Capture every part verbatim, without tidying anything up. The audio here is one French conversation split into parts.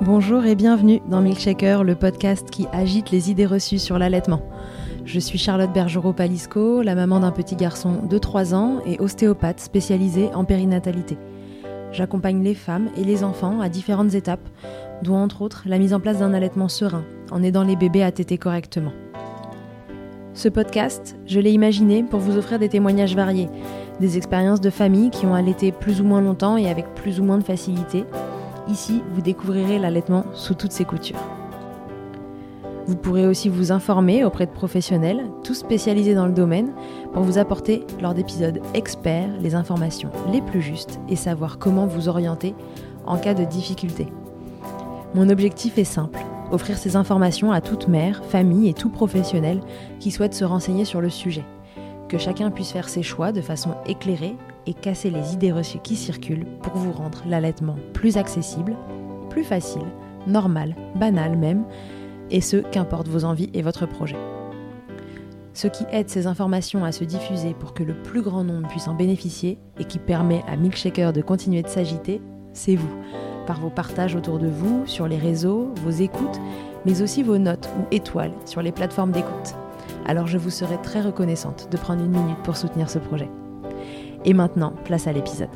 Bonjour et bienvenue dans Milkshaker, le podcast qui agite les idées reçues sur l'allaitement. Je suis Charlotte Bergerot-Palisco, la maman d'un petit garçon de trois ans et ostéopathe spécialisée en périnatalité. J'accompagne les femmes et les enfants à différentes étapes, dont entre autres la mise en place d'un allaitement serein, en aidant les bébés à téter correctement. Ce podcast, je l'ai imaginé pour vous offrir des témoignages variés, des expériences de familles qui ont allaité plus ou moins longtemps et avec plus ou moins de facilité. Ici, vous découvrirez l'allaitement sous toutes ses coutures. Vous pourrez aussi vous informer auprès de professionnels, tous spécialisés dans le domaine, pour vous apporter, lors d'épisodes experts, les informations les plus justes et savoir comment vous orienter en cas de difficulté. Mon objectif est simple, offrir ces informations à toute mère, famille et tout professionnel qui souhaite se renseigner sur le sujet. Que chacun puisse faire ses choix de façon éclairée et casser les idées reçues qui circulent pour vous rendre l'allaitement plus accessible, plus facile, normal, banal même, et ce, qu'importe vos envies et votre projet. Ce qui aide ces informations à se diffuser pour que le plus grand nombre puisse en bénéficier et qui permet à Milkshaker de continuer de s'agiter, c'est vous, par vos partages autour de vous, sur les réseaux, vos écoutes, mais aussi vos notes ou étoiles sur les plateformes d'écoute. Alors je vous serai très reconnaissante de prendre une minute pour soutenir ce projet. Et maintenant, place à l'épisode.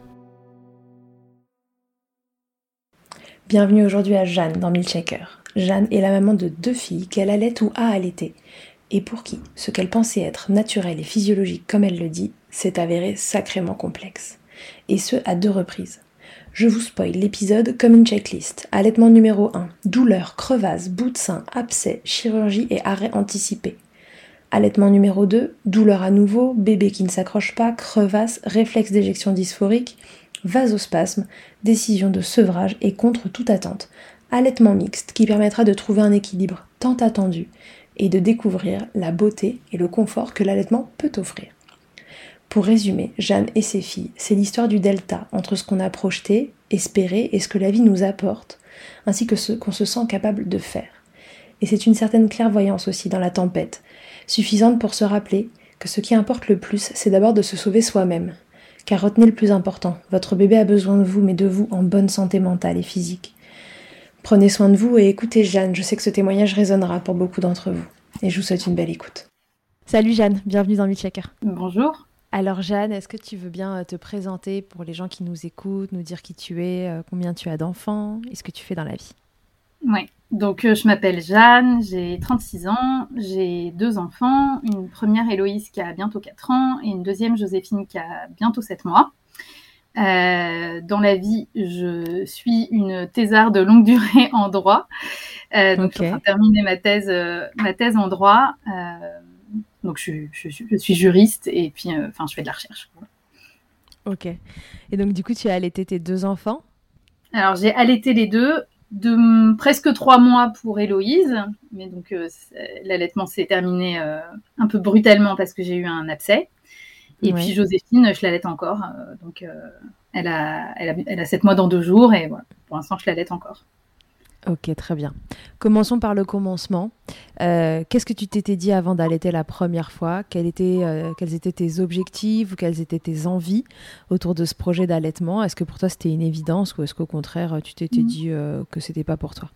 Bienvenue aujourd'hui à Jeanne dans Milkshaker. Jeanne est la maman de deux filles qu'elle allaite ou a allaité, et pour qui ce qu'elle pensait être naturel et physiologique comme elle le dit, s'est avéré sacrément complexe. Et ce, à deux reprises. Je vous spoil l'épisode comme une checklist. Allaitement numéro un, douleur, crevasse, bout de sein, abcès, chirurgie et arrêt anticipé. Allaitement numéro deux, douleur à nouveau, bébé qui ne s'accroche pas, crevasse, réflexe d'éjection dysphorique, vasospasme, décision de sevrage et contre toute attente. Allaitement mixte qui permettra de trouver un équilibre tant attendu et de découvrir la beauté et le confort que l'allaitement peut offrir. Pour résumer, Jeanne et ses filles, c'est l'histoire du delta entre ce qu'on a projeté, espéré et ce que la vie nous apporte, ainsi que ce qu'on se sent capable de faire. Et c'est une certaine clairvoyance aussi dans la tempête, suffisante pour se rappeler que ce qui importe le plus, c'est d'abord de se sauver soi-même. Car retenez le plus important, votre bébé a besoin de vous, mais de vous en bonne santé mentale et physique. Prenez soin de vous et écoutez Jeanne, je sais que ce témoignage résonnera pour beaucoup d'entre vous. Et je vous souhaite une belle écoute. Salut Jeanne, bienvenue dans Milkshaker. Bonjour. Alors Jeanne, est-ce que tu veux bien te présenter pour les gens qui nous écoutent, nous dire qui tu es, combien tu as d'enfants et ce que tu fais dans la vie ? Oui, donc euh, je m'appelle Jeanne, j'ai trente-six ans, j'ai deux enfants, une première Héloïse qui a bientôt quatre ans et une deuxième Joséphine qui a bientôt sept mois. Euh, dans la vie, je suis une thésarde de longue durée en droit, euh, donc okay. Je suis en train de terminer ma thèse, euh, ma thèse en droit. Euh, donc je, je, je suis juriste et puis euh, enfin je fais de la recherche. Ok. Et donc du coup tu as allaité tes deux enfants ? Alors j'ai allaité les deux. De presque trois mois pour Héloïse, mais donc euh, l'allaitement s'est terminé euh, un peu brutalement parce que j'ai eu un abcès. Et ouais. Puis Joséphine, je l'allaite encore, euh, donc euh, elle a, elle a, elle a sept mois dans deux jours et voilà, pour l'instant je l'allaite encore. Ok, très bien. Commençons par le commencement. Euh, qu'est-ce que tu t'étais dit avant d'allaiter la première fois ? Quels étaient, euh, quels étaient tes objectifs ou quelles étaient tes envies autour de ce projet d'allaitement ? Est-ce que pour toi c'était une évidence ou est-ce qu'au contraire tu t'étais mmh. dit euh, que c'était pas pour toi ?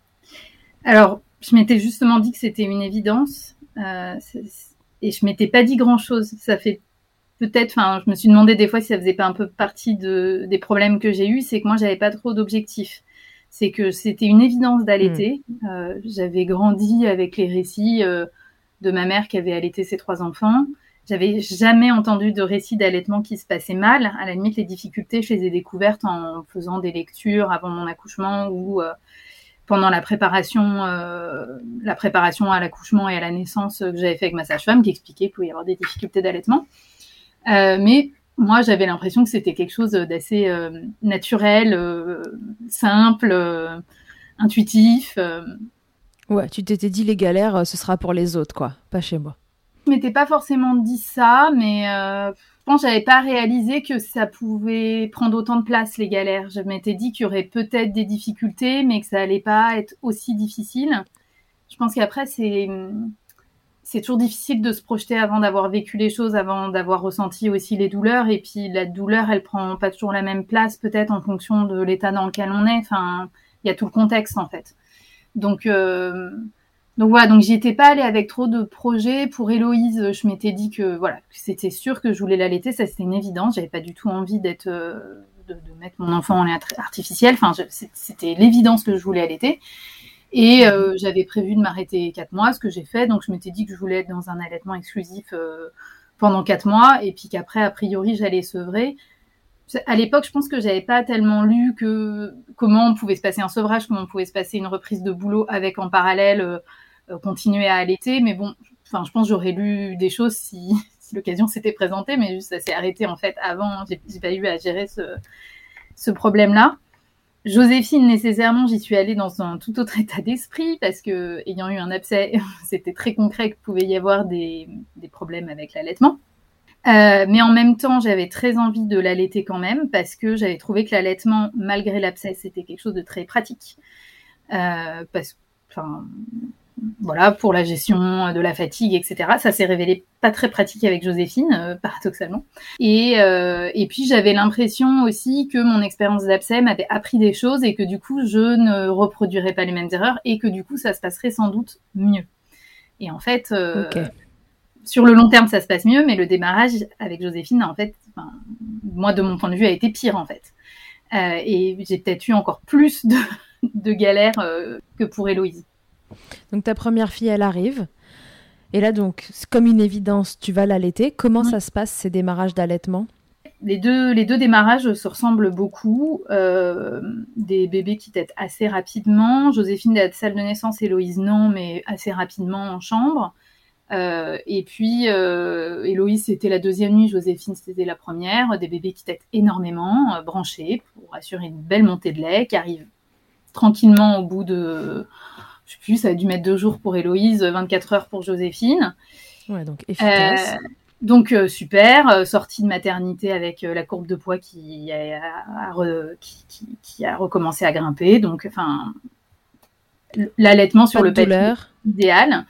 Alors, je m'étais justement dit que c'était une évidence euh, et je m'étais pas dit grand-chose. Ça fait peut-être, enfin, je me suis demandé des fois si ça faisait pas un peu partie de, des problèmes que j'ai eus, c'est que moi j'avais pas trop d'objectifs. C'est que c'était une évidence d'allaiter. Mmh. Euh, j'avais grandi avec les récits euh, de ma mère qui avait allaité ses trois enfants. J'avais jamais entendu de récits d'allaitement qui se passaient mal. À la limite, les difficultés, je les ai découvertes en faisant des lectures avant mon accouchement ou euh, pendant la préparation, euh, la préparation à l'accouchement et à la naissance que j'avais fait avec ma sage-femme, qui expliquait qu'il pouvait y avoir des difficultés d'allaitement. Euh, mais moi, j'avais l'impression que c'était quelque chose d'assez euh, naturel, euh, simple, euh, intuitif. Euh. Ouais, tu t'étais dit les galères, ce sera pour les autres, quoi, pas chez moi. Je m'étais pas forcément dit ça, mais euh, je pense que j'avais pas réalisé que ça pouvait prendre autant de place, les galères. Je m'étais dit qu'il y aurait peut-être des difficultés, mais que ça allait pas être aussi difficile. Je pense qu'après, c'est... c'est toujours difficile de se projeter avant d'avoir vécu les choses, avant d'avoir ressenti aussi les douleurs. Et puis, la douleur, elle prend pas toujours la même place, peut-être, en fonction de l'état dans lequel on est. Enfin, il y a tout le contexte en fait. Donc euh, donc voilà, donc j'y étais pas allée avec trop de projets. Pour Héloïse, je m'étais dit que voilà, que c'était sûr que je voulais l'allaiter, ça c'était une évidence. J'avais pas du tout envie d'être euh, de, de mettre mon enfant en lait artificiel. Enfin, je, c'était l'évidence que je voulais allaiter. Et euh, j'avais prévu de m'arrêter quatre mois, ce que j'ai fait. Donc je m'étais dit que je voulais être dans un allaitement exclusif euh, pendant quatre mois, et puis qu'après, a priori, j'allais sevrer. À l'époque, je pense que j'avais pas tellement lu que comment on pouvait se passer un sevrage, comment on pouvait se passer une reprise de boulot avec en parallèle euh, continuer à allaiter. Mais bon, enfin, je pense que j'aurais lu des choses si, si l'occasion s'était présentée, mais juste ça s'est arrêté en fait avant. J'ai, j'ai pas eu à gérer ce, ce problème-là. Joséphine, nécessairement, j'y suis allée dans un tout autre état d'esprit parce que, ayant eu un abcès, c'était très concret qu'il pouvait y avoir des, des problèmes avec l'allaitement. Euh, mais en même temps, j'avais très envie de l'allaiter quand même parce que j'avais trouvé que l'allaitement, malgré l'abcès, c'était quelque chose de très pratique. Euh, parce, enfin, voilà, pour la gestion de la fatigue, et cetera. Ça s'est révélé pas très pratique avec Joséphine, euh, paradoxalement. Et, euh, et puis, j'avais l'impression aussi que mon expérience d'abcès m'avait appris des choses et que du coup, je ne reproduirais pas les mêmes erreurs et que du coup, ça se passerait sans doute mieux. Et en fait, euh, okay. Sur le long terme, ça se passe mieux, mais le démarrage avec Joséphine, en fait, enfin, moi, de mon point de vue, a été pire, en fait. Euh, et j'ai peut-être eu encore plus de, de galères euh, que pour Héloïse. Donc ta première fille, elle arrive. Et là, donc, comme une évidence, tu vas l'allaiter. Comment mmh. ça se passe, ces démarrages d'allaitement ? Les deux, les deux démarrages se ressemblent beaucoup. Euh, des bébés qui tètent assez rapidement. Joséphine à la salle de naissance, Héloïse non, mais assez rapidement en chambre. Euh, et puis, euh, Héloïse, c'était la deuxième nuit. Joséphine, c'était la première. Des bébés qui tètent énormément, euh, branchés, pour assurer une belle montée de lait, qui arrive tranquillement au bout de... Je sais plus, ça a dû mettre deux jours pour Héloïse, vingt-quatre heures pour Joséphine. Ouais, donc efficace. Euh, donc euh, super, euh, sortie de maternité avec euh, la courbe de poids qui a, a, re, qui, qui, qui a recommencé à grimper. Donc, enfin, l'allaitement sur pas le papier idéal.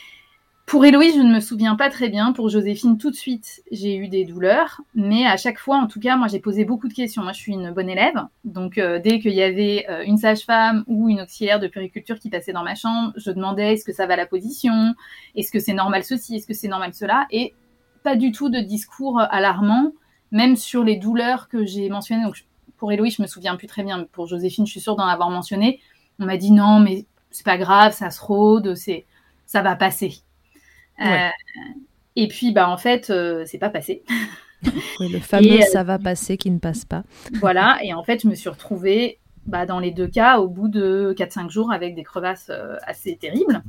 Pour Héloïse, je ne me souviens pas très bien. Pour Joséphine, tout de suite, j'ai eu des douleurs. Mais à chaque fois, en tout cas, moi, j'ai posé beaucoup de questions. Moi, je suis une bonne élève. Donc, euh, dès qu'il y avait euh, une sage-femme ou une auxiliaire de puériculture qui passait dans ma chambre, je demandais est-ce que ça va la position ? Est-ce que c'est normal ceci ? Est-ce que c'est normal cela ? Et pas du tout de discours alarmant, même sur les douleurs que j'ai mentionnées. Donc, pour Héloïse, je me souviens plus très bien. Mais pour Joséphine, je suis sûre d'en avoir mentionné. On m'a dit non, mais c'est pas grave, ça se rôde, c'est... ça va passer. Ouais. Euh, et puis, bah, en fait, euh, c'est pas passé. Oui, le fameux et, euh, ça va passer qui ne passe pas. Voilà, et en fait, je me suis retrouvée bah, dans les deux cas au bout de quatre cinq jours avec des crevasses euh, assez terribles.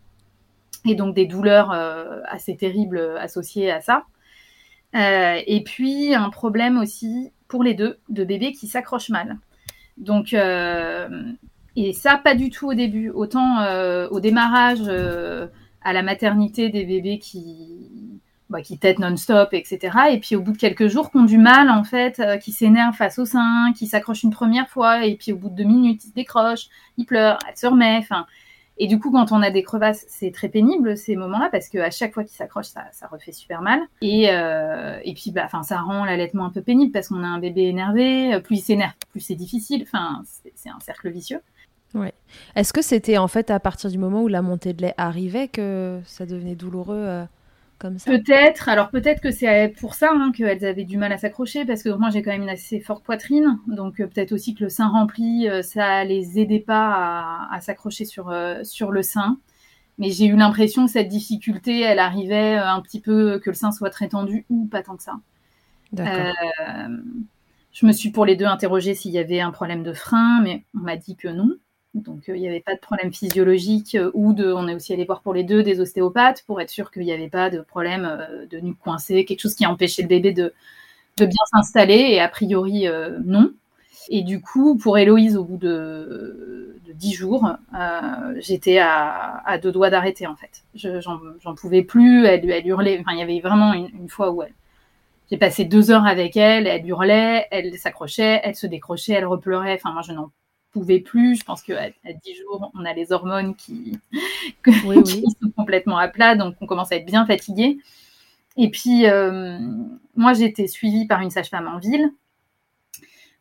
Et donc des douleurs euh, assez terribles associées à ça. Euh, et puis, un problème aussi pour les deux, de bébés qui s'accrochent mal. Donc, euh, et ça, pas du tout au début. Autant euh, au démarrage... Euh, à la maternité des bébés qui, bah, qui tètent non-stop, et cetera. Et puis au bout de quelques jours, qui ont du mal, en fait, euh, qui s'énervent face au sein, qui s'accrochent une première fois, et puis au bout de deux minutes, ils se décrochent, ils pleurent, elle se remet. Enfin, et du coup, quand on a des crevasses, c'est très pénible ces moments-là, parce qu'à chaque fois qu'ils s'accrochent, ça, ça refait super mal. Et, euh, et puis, bah, enfin, ça rend l'allaitement un peu pénible, parce qu'on a un bébé énervé. Plus il s'énerve, plus c'est difficile. Enfin, c'est, c'est un cercle vicieux. Ouais. Est-ce que c'était en fait à partir du moment où la montée de lait arrivait que ça devenait douloureux euh, comme ça ? Peut-être. Alors peut-être que c'est pour ça hein, qu'elles avaient du mal à s'accrocher parce que moi j'ai quand même une assez forte poitrine, donc euh, peut-être aussi que le sein rempli, euh, ça les aidait pas à, à s'accrocher sur euh, sur le sein. Mais j'ai eu l'impression que cette difficulté, elle arrivait euh, un petit peu que le sein soit très tendu ou pas tant que ça. D'accord. Euh, je me suis pour les deux interrogée s'il y avait un problème de frein, mais on m'a dit que non. Donc, il euh, n'y avait pas de problème physiologique euh, ou de, on est aussi allé voir pour les deux des ostéopathes pour être sûr qu'il n'y avait pas de problème euh, de nuque coincée, quelque chose qui empêchait le bébé de, de bien s'installer. Et a priori, euh, non. Et du coup, pour Héloïse, au bout de, de dix jours, euh, j'étais à, à deux doigts d'arrêter, en fait. Je, j'en, j'en pouvais plus, elle, elle hurlait. Enfin, il y avait vraiment une, une fois où elle... J'ai passé deux heures avec elle, elle hurlait, elle s'accrochait, elle se décrochait, elle repleurait. Enfin, moi, je n'en pouvais plus. Je pense qu'à à dix jours, on a les hormones qui, que, oui, qui oui. sont complètement à plat, donc on commence à être bien fatigué. Et puis, euh, moi, j'ai été suivie par une sage-femme en ville.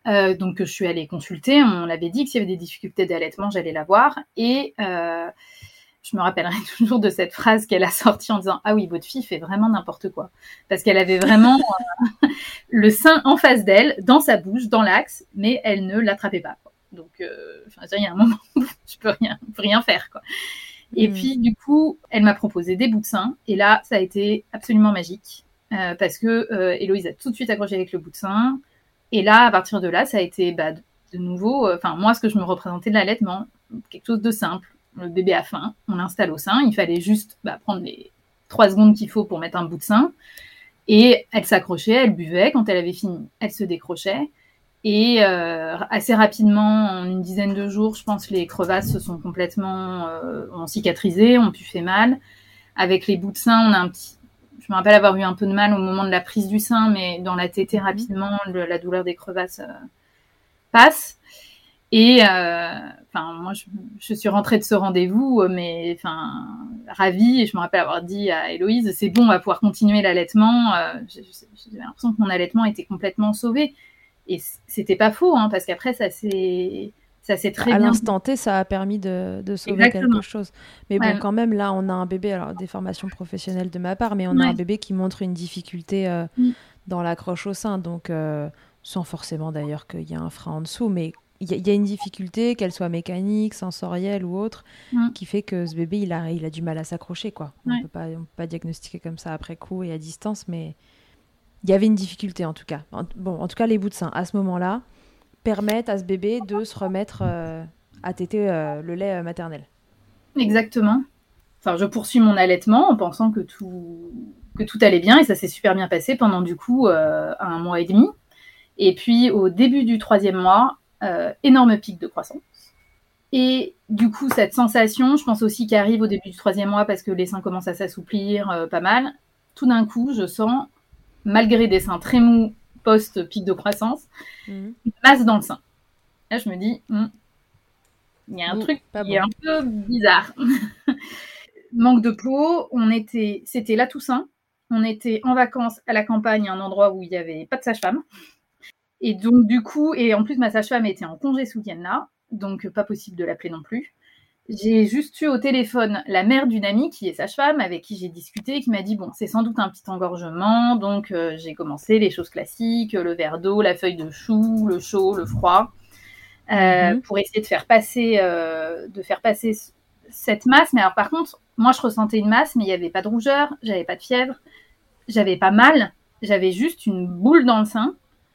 Euh, donc, je suis allée consulter. On l'avait dit que s'il y avait des difficultés d'allaitement, j'allais la voir. Et euh, je me rappellerai toujours de cette phrase qu'elle a sortie en disant « Ah oui, votre fille fait vraiment n'importe quoi ». Parce qu'elle avait vraiment euh, le sein en face d'elle, dans sa bouche, dans l'axe, mais elle ne l'attrapait pas, quoi. Donc, euh, il y a un moment où je peux rien, je peux rien faire, quoi. Et mmh. puis, du coup, elle m'a proposé des bouts de sein. Et là, ça a été absolument magique. Euh, parce que euh, Héloïse a tout de suite accroché avec le bout de sein. Et là, à partir de là, ça a été bah, de nouveau, enfin, euh, moi, ce que je me représentais de l'allaitement, quelque chose de simple. Le bébé a faim, on l'installe au sein. Il fallait juste bah, prendre les trois secondes qu'il faut pour mettre un bout de sein. Et elle s'accrochait, elle buvait. Quand elle avait fini, elle se décrochait. Et euh, assez rapidement, en une dizaine de jours, je pense, les crevasses se sont complètement euh, ont cicatrisé, ont pu faire mal. Avec les bouts de sein, on a un petit... Je me rappelle avoir eu un peu de mal au moment de la prise du sein, mais dans la tétée, rapidement, le, la douleur des crevasses euh, passe. Et enfin, euh, moi, je, je suis rentrée de ce rendez-vous, mais enfin, ravie. Et je me rappelle avoir dit à Héloïse, c'est bon, on va pouvoir continuer l'allaitement. Euh, j'avais l'impression que mon allaitement était complètement sauvé. Et c'était pas faux, hein, parce qu'après, ça s'est, ça s'est très à bien... À l'instant T, ça a permis de, de sauver Exactement. quelque chose. Mais bon, ouais. quand même, là, on a un bébé, alors des formations professionnelles de ma part, mais on ouais. a un bébé qui montre une difficulté euh, mm. dans l'accroche au sein, donc euh, sans forcément d'ailleurs qu'il y a un frein en dessous, mais il y, y a une difficulté, qu'elle soit mécanique, sensorielle ou autre, mm. qui fait que ce bébé, il a, il a du mal à s'accrocher, quoi. On ouais. peut pas, on peut pas diagnostiquer comme ça après coup et à distance, mais... Il y avait une difficulté en tout cas. En, bon, en tout cas, les bouts de sein, à ce moment-là, permettent à ce bébé de se remettre euh, à téter euh, le lait euh, maternel. Exactement. Enfin, je poursuis mon allaitement en pensant que tout, que tout allait bien et ça s'est super bien passé pendant du coup euh, un mois et demi. Et puis au début du troisième mois, euh, énorme pic de croissance. Et du coup, cette sensation, je pense aussi qu'elle arrive au début du troisième mois parce que les seins commencent à s'assouplir euh, pas mal. Tout d'un coup, je sens... malgré des seins très mous post-pic de croissance, mmh. une masse dans le sein. Là, je me dis, il y a un mmh, truc qui bon. est un peu bizarre. Manque de peau, on était, c'était la Toussaint, on était en vacances à la campagne, un endroit où il n'y avait pas de sage-femme. Et donc, du coup, et en plus, ma sage-femme était en congé ce week-end-là, donc pas possible de l'appeler non plus. J'ai juste eu au téléphone la mère d'une amie qui est sage-femme, avec qui j'ai discuté, qui m'a dit, bon, c'est sans doute un petit engorgement, donc euh, j'ai commencé les choses classiques, le verre d'eau, la feuille de chou, le chaud, le froid, euh, mm-hmm. pour essayer de faire passer, euh, de faire passer cette masse. Mais alors par contre, moi je ressentais une masse, mais il n'y avait pas de rougeur, j'avais pas de fièvre, j'avais pas mal, j'avais juste une boule dans le sein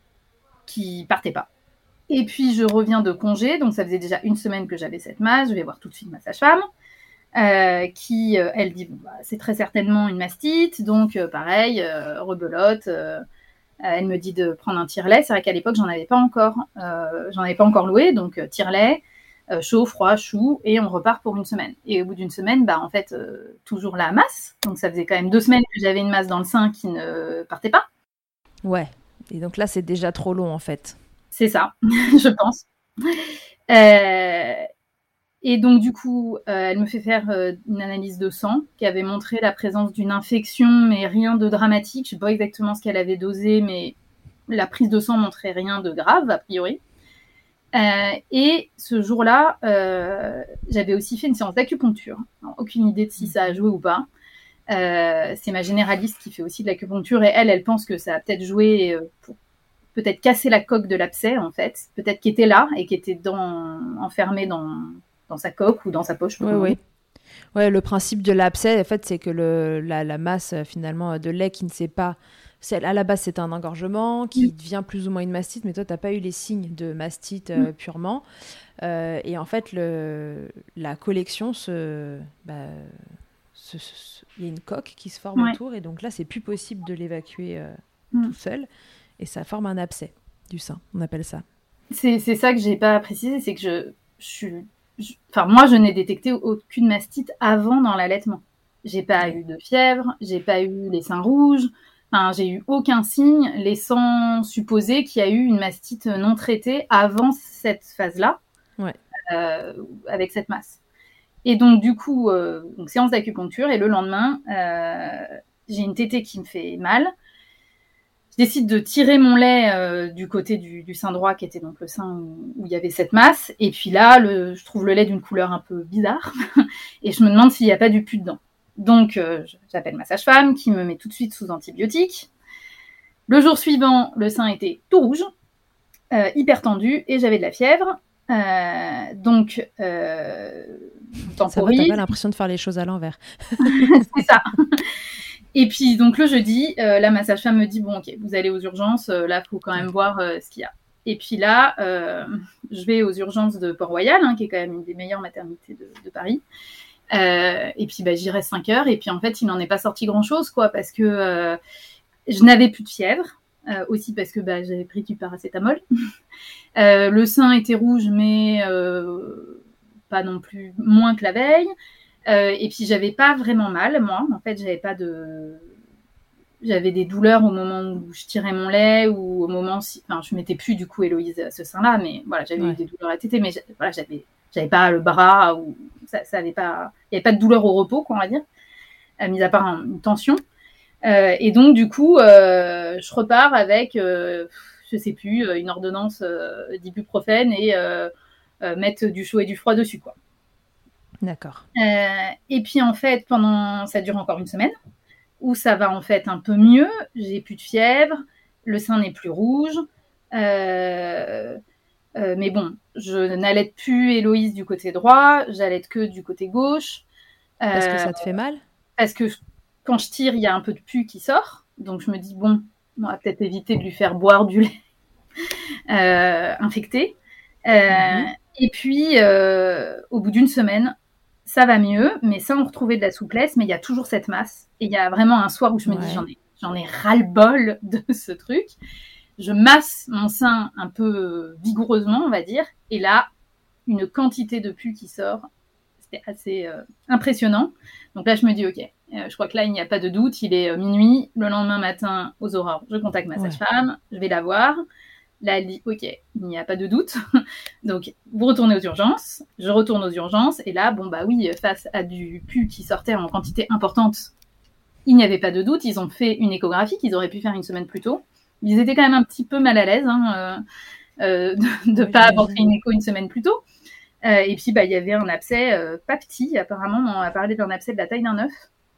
qui partait pas. Et puis, je reviens de congé, donc ça faisait déjà une semaine que j'avais cette masse. Je vais voir tout de suite ma sage-femme, euh, qui, euh, elle dit, bon, bah, c'est très certainement une mastite, donc euh, pareil, euh, rebelote. Euh, elle me dit de prendre un tire-lait. C'est vrai qu'à l'époque, j'en avais pas encore, euh, j'en avais pas encore loué, donc euh, tire-lait, euh, chaud, froid, chou, et on repart pour une semaine. Et au bout d'une semaine, bah, en fait, euh, toujours la masse. Donc ça faisait quand même deux semaines que j'avais une masse dans le sein qui ne partait pas. Ouais, et donc là, c'est déjà trop long, en fait. C'est ça, je pense. Euh, et donc, du coup, euh, elle me fait faire euh, une analyse de sang qui avait montré la présence d'une infection, mais rien de dramatique. Je ne sais pas exactement ce qu'elle avait dosé, mais la prise de sang montrait rien de grave, a priori. Euh, et ce jour-là, euh, j'avais aussi fait une séance d'acupuncture. Alors, aucune idée de si ça a joué ou pas. Euh, c'est ma généraliste qui fait aussi de l'acupuncture, et elle, elle pense que ça a peut-être joué euh, pour peut-être casser la coque de l'abcès, en fait. Peut-être qu'il était là et qu'il était dans, enfermé dans, dans sa coque ou dans sa poche. Oui, oui. Ouais, le principe de l'abcès, en fait, c'est que le, la, la masse, finalement, de lait qui ne sait pas... C'est, à la base, c'est un engorgement qui mmh. devient plus ou moins une mastite, mais toi, tu n'as pas eu les signes de mastite euh, mmh. purement. Euh, et en fait, le, la collection, se, bah, se, se, il y a une coque qui se forme ouais. autour, et donc là, c'est plus possible de l'évacuer euh, mmh. tout seul. Et ça forme un abcès du sein, on appelle ça. C'est, c'est ça que j'ai pas précisé, c'est que je, je suis... Je, enfin, moi, je n'ai détecté aucune mastite avant dans l'allaitement. J'ai pas ouais. eu de fièvre, j'ai pas eu les seins rouges, enfin, j'ai eu aucun signe laissant supposer qu'il y a eu une mastite non traitée avant cette phase-là, ouais. euh, avec cette masse. Et donc, du coup, euh, donc, séance d'acupuncture, et le lendemain, euh, j'ai une tétée qui me fait mal. je décide de tirer mon lait euh, du côté du, du sein droit, qui était donc le sein où, où il y avait cette masse. Et puis là, le, je trouve le lait d'une couleur un peu bizarre. Et je me demande s'il n'y a pas du pus dedans. Donc, euh, j'appelle ma sage-femme qui me met tout de suite sous antibiotiques. Le jour suivant, le sein était tout rouge, euh, hyper tendu, et j'avais de la fièvre. Euh, donc, euh, ça va, t'as pas l'impression de faire les choses à l'envers. C'est ça. Et puis, donc, le jeudi, euh, là, ma sage-femme me dit, bon, ok, vous allez aux urgences, euh, là, il faut quand même voir euh, ce qu'il y a. Et puis là, euh, je vais aux urgences de Port-Royal, hein, qui est quand même une des meilleures maternités de, de Paris. Euh, et puis, bah, j'y reste cinq heures. Et puis, en fait, il n'en est pas sorti grand-chose, quoi, parce que euh, je n'avais plus de fièvre. Euh, aussi parce que bah, j'avais pris du paracétamol. euh, le sein était rouge, mais euh, pas non plus moins que la veille. Euh, et puis, j'avais pas vraiment mal, moi. En fait, j'avais pas de... J'avais des douleurs au moment où je tirais mon lait ou au moment... Si... Enfin, je mettais plus, du coup, Héloïse à ce sein-là, mais voilà, j'avais ouais. eu des douleurs à téter, mais voilà, j'avais... j'avais pas le bras ou... Ça, ça avait pas... Il n'y avait pas de douleur au repos, quoi, on va dire, euh, mis à part un, une tension. Euh, et donc, du coup, euh, je repars avec, euh, je sais plus, une ordonnance euh, d'ibuprofène et euh, euh, mettre du chaud et du froid dessus, quoi. D'accord. Euh, et puis, en fait, pendant, ça dure encore une semaine, où ça va en fait un peu mieux. J'ai plus de fièvre, le sein n'est plus rouge. Euh, euh, mais bon, je n'allaite plus Héloïse du côté droit, j'allaite que du côté gauche. Euh, parce que ça te fait mal ? Parce que quand je tire, il y a un peu de pus qui sort. Donc, je me dis, bon, on va peut-être éviter de lui faire boire du lait euh, infecté. Euh, mm-hmm. Et puis, euh, au bout d'une semaine, ça va mieux, mais ça, on retrouvait de la souplesse, mais il y a toujours cette masse. Et il y a vraiment un soir où je me ouais. dis, j'en ai, j'en ai ras-le-bol de ce truc. Je masse mon sein un peu vigoureusement, on va dire. Et là, une quantité de pus qui sort. C'était assez euh, impressionnant. Donc là, je me dis, OK, euh, je crois que là, il n'y a pas de doute. Il est euh, minuit. Le lendemain matin, aux aurores, je contacte ma sage-femme. Ouais. Je vais la voir. Là, elle dit, OK, il n'y a pas de doute. Donc, vous retournez aux urgences. Je retourne aux urgences. Et là, bon, bah oui, face à du pus qui sortait en quantité importante, il n'y avait pas de doute. Ils ont fait une échographie qu'ils auraient pu faire une semaine plus tôt. Ils étaient quand même un petit peu mal à l'aise hein, euh, euh, de ne oui, pas avoir fait une écho une semaine plus tôt. Euh, et puis, bah, il y avait un abcès euh, pas petit, apparemment. On a parlé d'un abcès de la taille d'un œuf.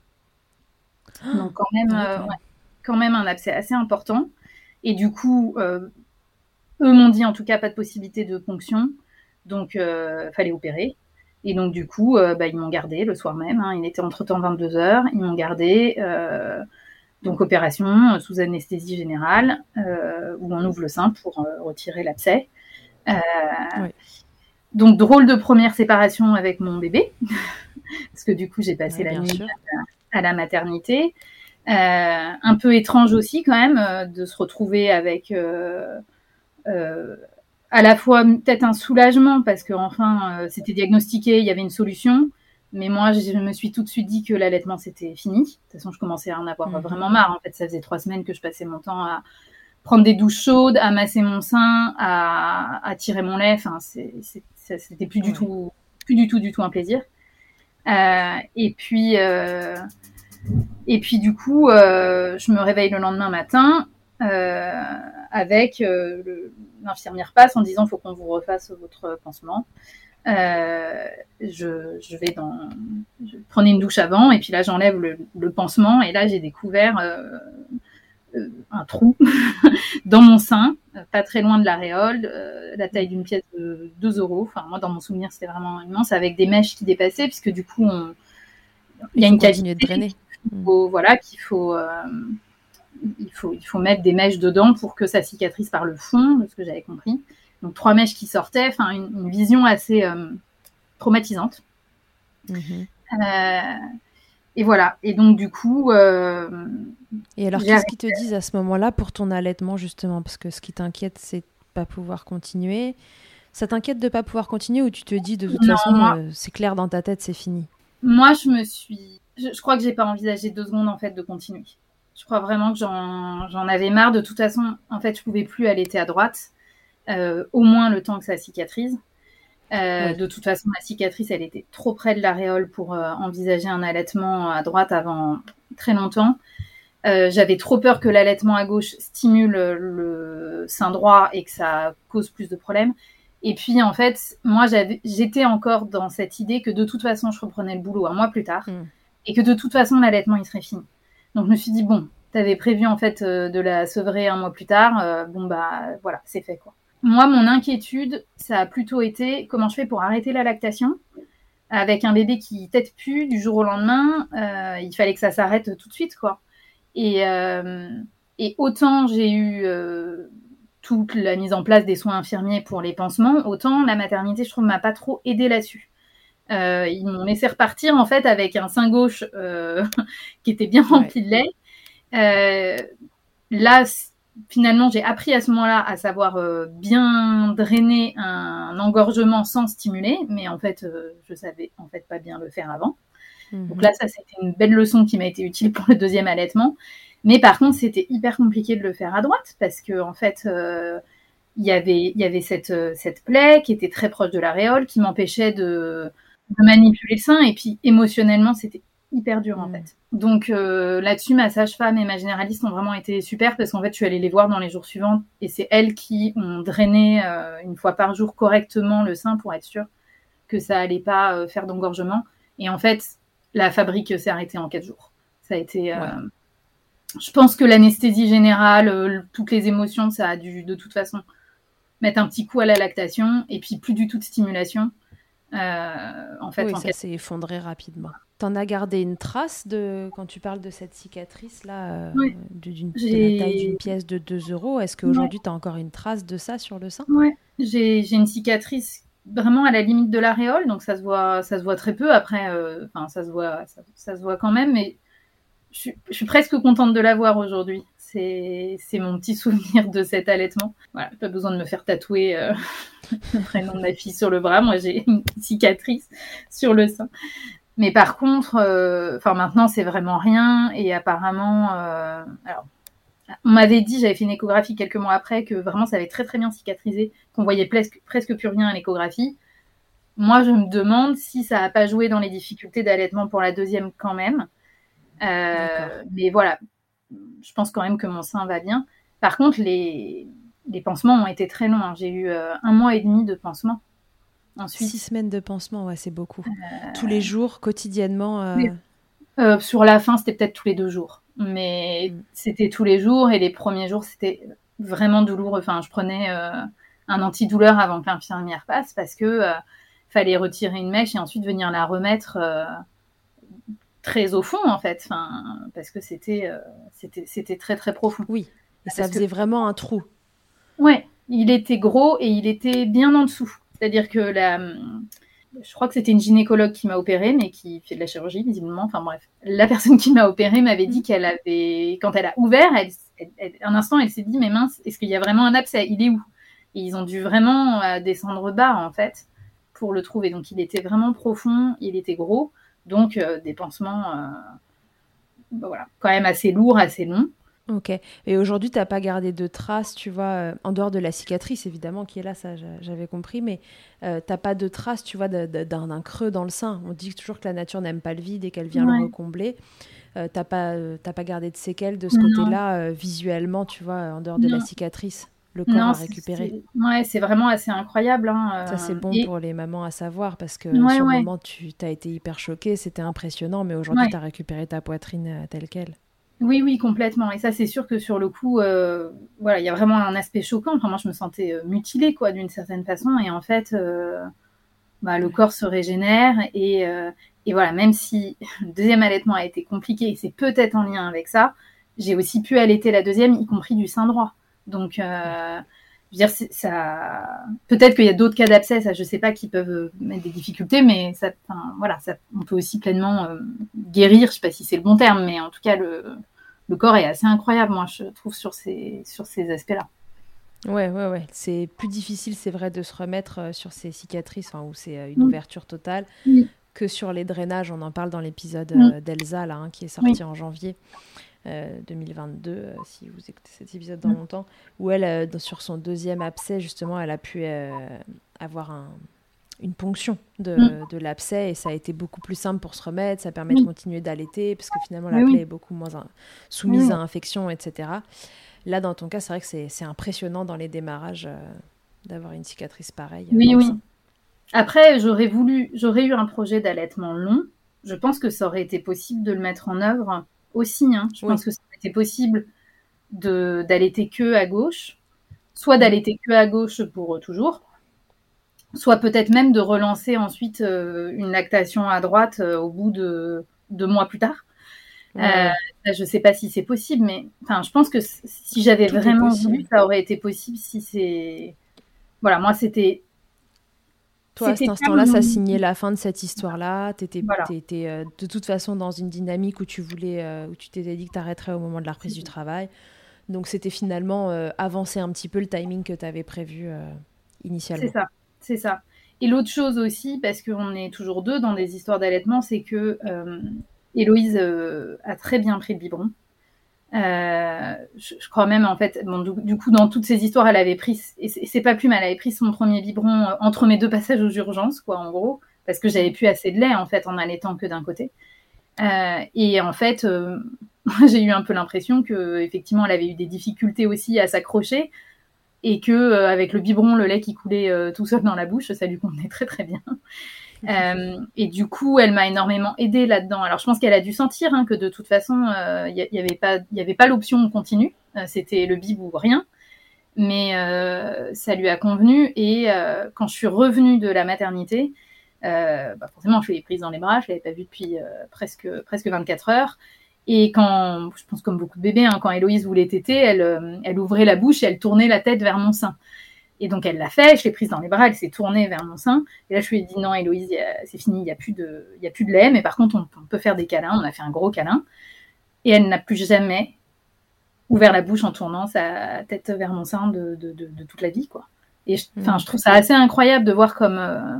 Oh, Donc, quand même, euh, ouais, quand même un abcès assez important. Et du coup, euh, eux m'ont dit, en tout cas, pas de possibilité de ponction. Donc, il euh, fallait opérer. Et donc, du coup, euh, bah, ils m'ont gardé le soir même. Hein, il était entre-temps vingt-deux heures. Ils m'ont gardé. Euh, donc, opération sous anesthésie générale, euh, où on ouvre le sein pour euh, retirer l'abcès. Euh, oui. Donc, drôle de première séparation avec mon bébé, parce que du coup, j'ai passé oui, la nuit à, à la maternité. Euh, un peu étrange aussi, quand même, euh, de se retrouver avec euh, euh, à la fois peut-être un soulagement, parce qu'enfin, euh, c'était diagnostiqué, il y avait une solution. Mais moi, je me suis tout de suite dit que l'allaitement, c'était fini. De toute façon, je commençais à en avoir mmh. vraiment marre. En fait, ça faisait trois semaines que je passais mon temps à prendre des douches chaudes, à masser mon sein, à, à tirer mon lait. Enfin, c'est, c'est, ça, c'était plus du ouais. tout, plus du tout, du tout un plaisir. Euh, et puis, euh, et puis du coup, euh, je me réveille le lendemain matin euh, avec euh, le, l'infirmière passe en disant, faut qu'on vous refasse votre pansement. Euh, je, je vais dans, je prenais une douche avant et puis là j'enlève le, le pansement et là j'ai découvert euh, euh, un trou dans mon sein, euh, pas très loin de l'aréole, euh, la taille d'une pièce de deux euros. Enfin moi dans mon souvenir c'était vraiment immense avec des mèches qui dépassaient puisque du coup on, il y a une cavité de drainer. Qu'il faut, voilà qu'il faut, euh, il faut il faut mettre des mèches dedans pour que ça cicatrise par le fond, de ce que j'avais compris. Donc, trois mèches qui sortaient, enfin, une, une vision assez euh, traumatisante. Mmh. Euh, et voilà. Et donc, du coup... Euh, et alors, qu'est-ce qu'ils te disent à ce moment-là pour ton allaitement, justement ? Parce que ce qui t'inquiète, c'est de ne pas pouvoir continuer. Ça t'inquiète de ne pas pouvoir continuer ou tu te dis, de toute non, façon, moi, euh, c'est clair dans ta tête, c'est fini ? Moi, je me suis... Je, je crois que je n'ai pas envisagé deux secondes, en fait, de continuer. Je crois vraiment que j'en, j'en avais marre. De toute façon, en fait, je ne pouvais plus allaiter à droite. Euh, au moins le temps que ça cicatrise. Euh, oui. De toute façon, la cicatrice, elle était trop près de l'aréole pour euh, envisager un allaitement à droite avant très longtemps. Euh, j'avais trop peur que l'allaitement à gauche stimule le sein droit et que ça cause plus de problèmes. Et puis, en fait, moi, j'avais, j'étais encore dans cette idée que de toute façon, je reprenais le boulot un mois plus tard mmh. et que de toute façon, l'allaitement, il serait fini. Donc, je me suis dit, bon, t'avais prévu, en fait, euh, de la sevrer un mois plus tard. Euh, bon, bah, voilà, c'est fait, quoi. Moi, mon inquiétude, ça a plutôt été comment je fais pour arrêter la lactation avec un bébé qui tète plus du jour au lendemain. Euh, il fallait que ça s'arrête tout de suite, quoi. Et, euh, et autant j'ai eu euh, toute la mise en place des soins infirmiers pour les pansements, autant la maternité, je trouve, m'a pas trop aidée là-dessus. Euh, ils m'ont laissé repartir, en fait, avec un sein gauche euh, qui était bien rempli ouais. de lait. Euh, là, finalement, j'ai appris à ce moment-là à savoir euh, bien drainer un, un engorgement sans stimuler, mais en fait, euh, je savais en fait pas bien le faire avant. Mmh. Donc là, ça, c'était une belle leçon qui m'a été utile pour le deuxième allaitement. Mais par contre, c'était hyper compliqué de le faire à droite parce que en fait, euh, y avait, il y avait cette, cette plaie qui était très proche de l'aréole, qui m'empêchait de, de manipuler le sein. Et puis, émotionnellement, c'était hyper dur, mmh. en fait. Donc euh, là-dessus, ma sage-femme et ma généraliste ont vraiment été super parce qu'en fait, je suis allée les voir dans les jours suivants et c'est elles qui ont drainé euh, une fois par jour correctement le sein pour être sûre que ça allait pas euh, faire d'engorgement. Et en fait, la fabrique s'est arrêtée en quatre jours. Ça a été... Euh... Ouais. Je pense que l'anesthésie générale, euh, toutes les émotions, ça a dû, de toute façon, mettre un petit coup à la lactation. Et puis, plus du tout de stimulation. Euh, en fait, oui, en ça quatre... s'est effondré rapidement. T'en as gardé une trace de, quand tu parles de cette cicatrice-là, euh, ouais. d'une, de la taille d'une pièce de deux euros. Est-ce qu'aujourd'hui, ouais. tu as encore une trace de ça sur le sein ? Oui, j'ai, j'ai une cicatrice vraiment à la limite de l'aréole, donc ça se voit, ça se voit très peu. Après, euh, enfin, ça se voit, ça, ça se voit quand même, mais je suis, je suis presque contente de la voir aujourd'hui. C'est, c'est mon petit souvenir de cet allaitement. Voilà, pas besoin de me faire tatouer euh, le prénom de ma fille sur le bras. Moi, j'ai une cicatrice sur le sein. Mais par contre, enfin euh, maintenant, c'est vraiment rien. Et apparemment, euh, alors. On m'avait dit, j'avais fait une échographie quelques mois après, que vraiment ça avait très très bien cicatrisé, qu'on voyait presque, presque plus rien à l'échographie. Moi, je me demande si ça n'a pas joué dans les difficultés d'allaitement pour la deuxième quand même. Euh, mais voilà, je pense quand même que mon sein va bien. Par contre, les, les pansements ont été très longs. Hein. J'ai eu euh, un mois et demi de pansements. Ensuite, Six semaines de pansements, ouais, c'est beaucoup. Euh... Tous les jours, quotidiennement euh... mais, euh, Sur la fin, c'était peut-être tous les deux jours. Mais mmh. c'était tous les jours et les premiers jours, c'était vraiment douloureux. Enfin, je prenais euh, un antidouleur avant que l'infirmière passe parce que euh, fallait retirer une mèche et ensuite venir la remettre euh, très au fond, en fait. Enfin, parce que c'était, euh, c'était, c'était très, très profond. Oui, et ça faisait que... vraiment un trou. Ouais, il était gros et il était bien en dessous. C'est-à-dire que la... Je crois que c'était une gynécologue qui m'a opérée, mais qui fait de la chirurgie, visiblement. Enfin bref, la personne qui m'a opérée m'avait dit qu'elle avait, quand elle a ouvert, elle, elle, elle, un instant, elle s'est dit, mais mince, est-ce qu'il y a vraiment un abcès ? Il est où ? Et ils ont dû vraiment euh, descendre bas, en fait, pour le trouver. Donc il était vraiment profond, il était gros, donc euh, des pansements, euh, bah, voilà, quand même assez lourds, assez longs. Ok. Et aujourd'hui, tu n'as pas gardé de traces, tu vois, euh, en dehors de la cicatrice, évidemment, qui est là, ça, j'avais compris, mais euh, tu n'as pas de traces, tu vois, de, de, d'un, d'un creux dans le sein. On dit toujours que la nature n'aime pas le vide et qu'elle vient ouais. le recombler. Euh, tu n'as pas, euh, pas gardé de séquelles de ce non. côté-là, euh, visuellement, tu vois, en dehors de non. la cicatrice. Le corps non, a récupéré. C'est, ouais, c'est vraiment assez incroyable. Hein, ça, c'est bon et... pour les mamans à savoir, parce que ouais, sur ouais. le moment, tu as été hyper choquée, c'était impressionnant, mais aujourd'hui, ouais. tu as récupéré ta poitrine euh, telle qu'elle. Oui, oui, complètement. Et ça, c'est sûr que sur le coup, euh, voilà, il y a vraiment un aspect choquant. Enfin, moi, je me sentais euh, mutilée, quoi, d'une certaine façon. Et en fait, euh, bah, le corps se régénère. Et, euh, et voilà, même si le deuxième allaitement a été compliqué, et c'est peut-être en lien avec ça, j'ai aussi pu allaiter la deuxième, y compris du sein droit. Donc, euh, je veux dire, c'est, ça... peut-être qu'il y a d'autres cas d'abcès, ça, je sais pas, qui peuvent mettre des difficultés, mais ça, enfin, voilà, ça, on peut aussi pleinement euh, guérir. Je sais pas si c'est le bon terme, mais en tout cas, le Le corps est assez incroyable, moi, je trouve, sur ces, sur ces aspects-là. Ouais, ouais, ouais. C'est plus difficile, c'est vrai, de se remettre sur ces cicatrices, enfin, où c'est une mmh. ouverture totale, mmh. que sur les drainages. On en parle dans l'épisode mmh. euh, d'Elsa, là, hein, qui est sorti oui. en janvier euh, deux mille vingt-deux, euh, si vous écoutez cet épisode dans mmh. longtemps, où elle, euh, sur son deuxième abcès, justement, elle a pu euh, avoir un, une ponction de, Mm. de l'abcès et ça a été beaucoup plus simple pour se remettre, ça permet de Oui, continuer d'allaiter parce que finalement oui, la plaie oui, est beaucoup moins in- oui, soumise oui. à infection, et cetera. Là, dans ton cas, c'est vrai que c'est, c'est impressionnant dans les démarrages euh, d'avoir une cicatrice pareille euh, Oui, dans le oui. sein. Après, j'aurais voulu, j'aurais eu un projet d'allaitement long. Je pense que ça aurait été possible de le mettre en œuvre aussi. Hein. Je Oui. pense que ça aurait été possible de, d'allaiter que à gauche, soit Mm. d'allaiter que à gauche pour toujours, soit peut-être même de relancer ensuite euh, une lactation à droite euh, au bout de deux mois plus tard. Ouais, Euh, ouais. je ne sais pas si c'est possible, mais enfin, je pense que si j'avais Tout est vraiment voulu, possible. ça aurait été possible. Si c'est, voilà, moi c'était, Toi, à cet c'était instant-là, ça comme, signait la fin de cette histoire-là. Tu étais voilà, euh, de toute façon dans une dynamique où tu voulais, euh, où tu t'étais dit que tu arrêterais au moment de la reprise du travail. Donc c'était finalement euh, avancer un petit peu le timing que tu avais prévu euh, c'est initialement. ça, c'est ça. Et l'autre chose aussi, parce qu'on est toujours deux dans des histoires d'allaitement, c'est que euh, Héloïse euh, a très bien pris le biberon. Euh, je, je crois même en fait, bon, du, du coup dans toutes ces histoires, elle avait pris, et c'est, c'est pas plus mal, elle avait pris son premier biberon euh, entre mes deux passages aux urgences, quoi, en gros, parce que j'avais plus assez de lait en fait en allaitant que d'un côté. Euh, et en fait, euh, j'ai eu un peu l'impression que effectivement, elle avait eu des difficultés aussi à s'accrocher et que euh, avec le biberon, le lait qui coulait euh, tout seul dans la bouche, ça lui convenait très très bien. Euh, et du coup, elle m'a énormément aidée là-dedans. Alors, je pense qu'elle a dû sentir hein, que de toute façon, il euh, n'y y avait pas, il y avait pas l'option continue. Euh, c'était le bib ou rien. Mais euh, ça lui a convenu. Et euh, quand je suis revenue de la maternité, euh, bah forcément, je l'ai prise dans les bras. Je l'avais pas vue depuis euh, presque presque vingt-quatre heures. Et quand, je pense comme beaucoup de bébés, hein, quand Héloïse voulait téter, elle, euh, elle ouvrait la bouche et elle tournait la tête vers mon sein. Et donc elle l'a fait, je l'ai prise dans les bras, elle s'est tournée vers mon sein. Et là je lui ai dit non Héloïse, c'est fini, il n'y a, plus de, y a plus de lait, mais par contre on, on peut faire des câlins. On a fait un gros câlin. Et elle n'a plus jamais ouvert la bouche en tournant sa tête vers mon sein de, de, de, de toute la vie, quoi. Et je, Mm. je trouve ça assez incroyable de voir comme... Euh,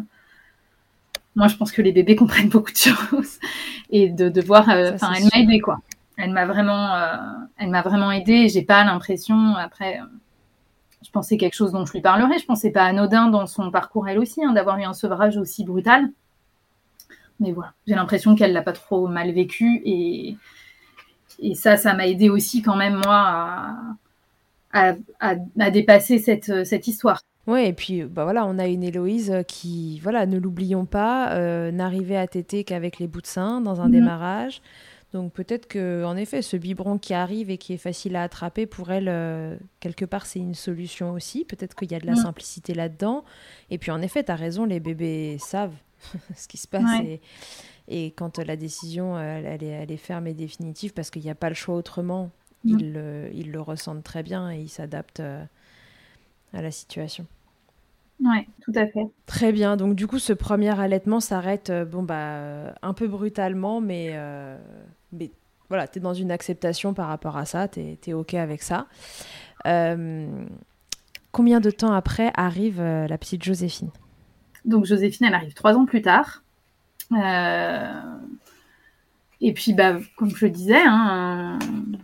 moi je pense que les bébés comprennent beaucoup de choses. Et de, de voir... Enfin, euh, elle m'a aidée, quoi. Elle m'a vraiment, euh, elle m'a vraiment aidée. J'ai pas l'impression, après... Euh, je pensais quelque chose dont je lui parlerais. Je pensais pas anodin dans son parcours elle aussi, hein, d'avoir eu un sevrage aussi brutal. Mais voilà, j'ai l'impression qu'elle l'a pas trop mal vécu et, et ça, ça m'a aidé aussi quand même moi à, à, à, à dépasser cette, cette histoire. Ouais, et puis bah voilà, on a une Héloïse qui, voilà, ne l'oublions pas, euh, n'arrivait à téter qu'avec les bouts de sein dans un Mmh. démarrage. Donc peut-être que, en effet, ce biberon qui arrive et qui est facile à attraper, pour elle, euh, quelque part, c'est une solution aussi. Peut-être qu'il y a de la Mmh. simplicité là-dedans. Et puis en effet, tu as raison, les bébés savent ce qui se passe. Ouais. Et, et quand la décision, elle, elle, est, elle est ferme et définitive, parce qu'il n'y a pas le choix autrement, Mmh. ils, le- ils le ressentent très bien et ils s'adaptent euh, à la situation. Ouais, tout à fait. Très bien, donc du coup ce premier allaitement s'arrête euh, bon bah euh, un peu brutalement, mais, euh, mais voilà, t'es dans une acceptation par rapport à ça, t'es, t'es ok avec ça. Euh, Combien de temps après arrive euh, la petite Joséphine? Donc Joséphine, elle arrive trois ans plus tard. Euh, et puis, bah, comme je le disais, hein, un,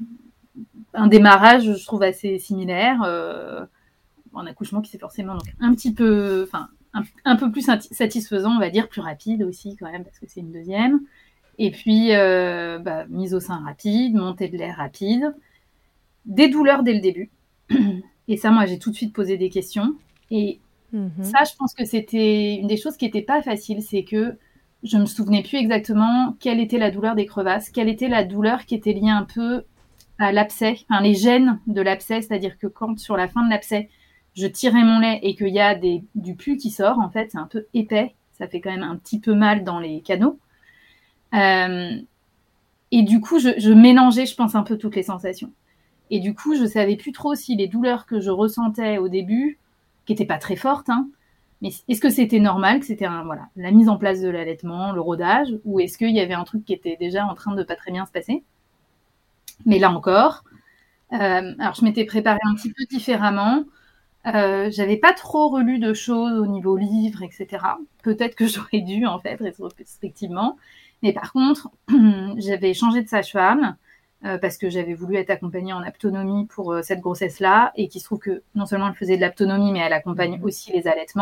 un démarrage, je trouve, assez similaire. Euh, un accouchement qui s'est forcément donc un petit peu, enfin, un, un peu plus satisfaisant, on va dire, plus rapide aussi quand même, parce que c'est une deuxième. Et puis, euh, bah, mise au sein rapide, montée de l'air rapide, des douleurs dès le début. Et ça, moi, j'ai tout de suite posé des questions. Et Mhm. ça, je pense que c'était une des choses qui n'était pas facile, c'est que je me souvenais plus exactement quelle était la douleur des crevasses, quelle était la douleur qui était liée un peu à l'abcès, enfin les gènes de l'abcès, c'est-à-dire que quand sur la fin de l'abcès, je tirais mon lait et qu'il y a des, du pus qui sort, en fait, c'est un peu épais, ça fait quand même un petit peu mal dans les canaux. Euh, et du coup, je, je mélangeais, je pense, un peu toutes les sensations. Et du coup, je savais plus trop si les douleurs que je ressentais au début, qui étaient pas très fortes, hein, mais est-ce que c'était normal, que c'était un, voilà, la mise en place de l'allaitement, le rodage, ou est-ce qu'il y avait un truc qui était déjà en train de pas très bien se passer? Mais là encore, euh, alors je m'étais préparée un petit peu différemment. Euh, j'avais pas trop relu de choses au niveau livre, et cetera. Peut-être que j'aurais dû, en fait, rétrospectivement. Mais par contre, j'avais changé de sage-femme euh, parce que j'avais voulu être accompagnée en aptonomie pour euh, cette grossesse-là et qui se trouve que non seulement elle faisait de l'aptonomie, mais elle accompagne Mhm. aussi les allaitements.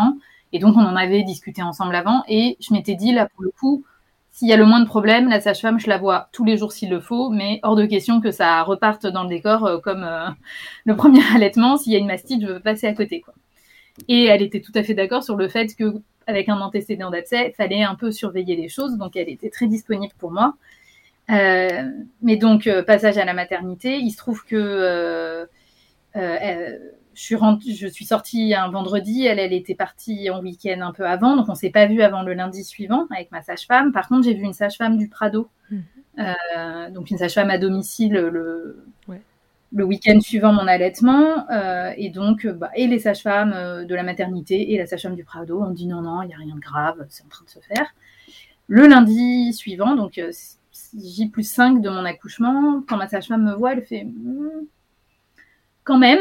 Et donc, on en avait discuté ensemble avant. Et je m'étais dit, là, pour le coup, s'il y a le moins de problèmes, la sage-femme, je la vois tous les jours s'il le faut, mais hors de question que ça reparte dans le décor euh, comme euh, le premier allaitement. S'il y a une mastite, je veux passer à côté, quoi. Et elle était tout à fait d'accord sur le fait qu'avec un antécédent d'abcès, il fallait un peu surveiller les choses. Donc, elle était très disponible pour moi. Euh, mais donc, euh, passage à la maternité, il se trouve que euh, euh, elle, je, suis rent... je suis sortie un vendredi, elle, elle était partie en week-end un peu avant, donc on ne s'est pas vu avant le lundi suivant avec ma sage-femme. Par contre, j'ai vu une sage-femme du Prado, mmh. euh, donc une sage-femme à domicile le, ouais. le week-end suivant mon allaitement. Euh, et donc, bah, et les sages-femmes euh, de la maternité et la sage-femme du Prado ont dit non, non, il n'y a rien de grave, c'est en train de se faire. Le lundi suivant, donc euh, J plus cinq de mon accouchement, quand ma sage-femme me voit, elle fait mmm, quand même,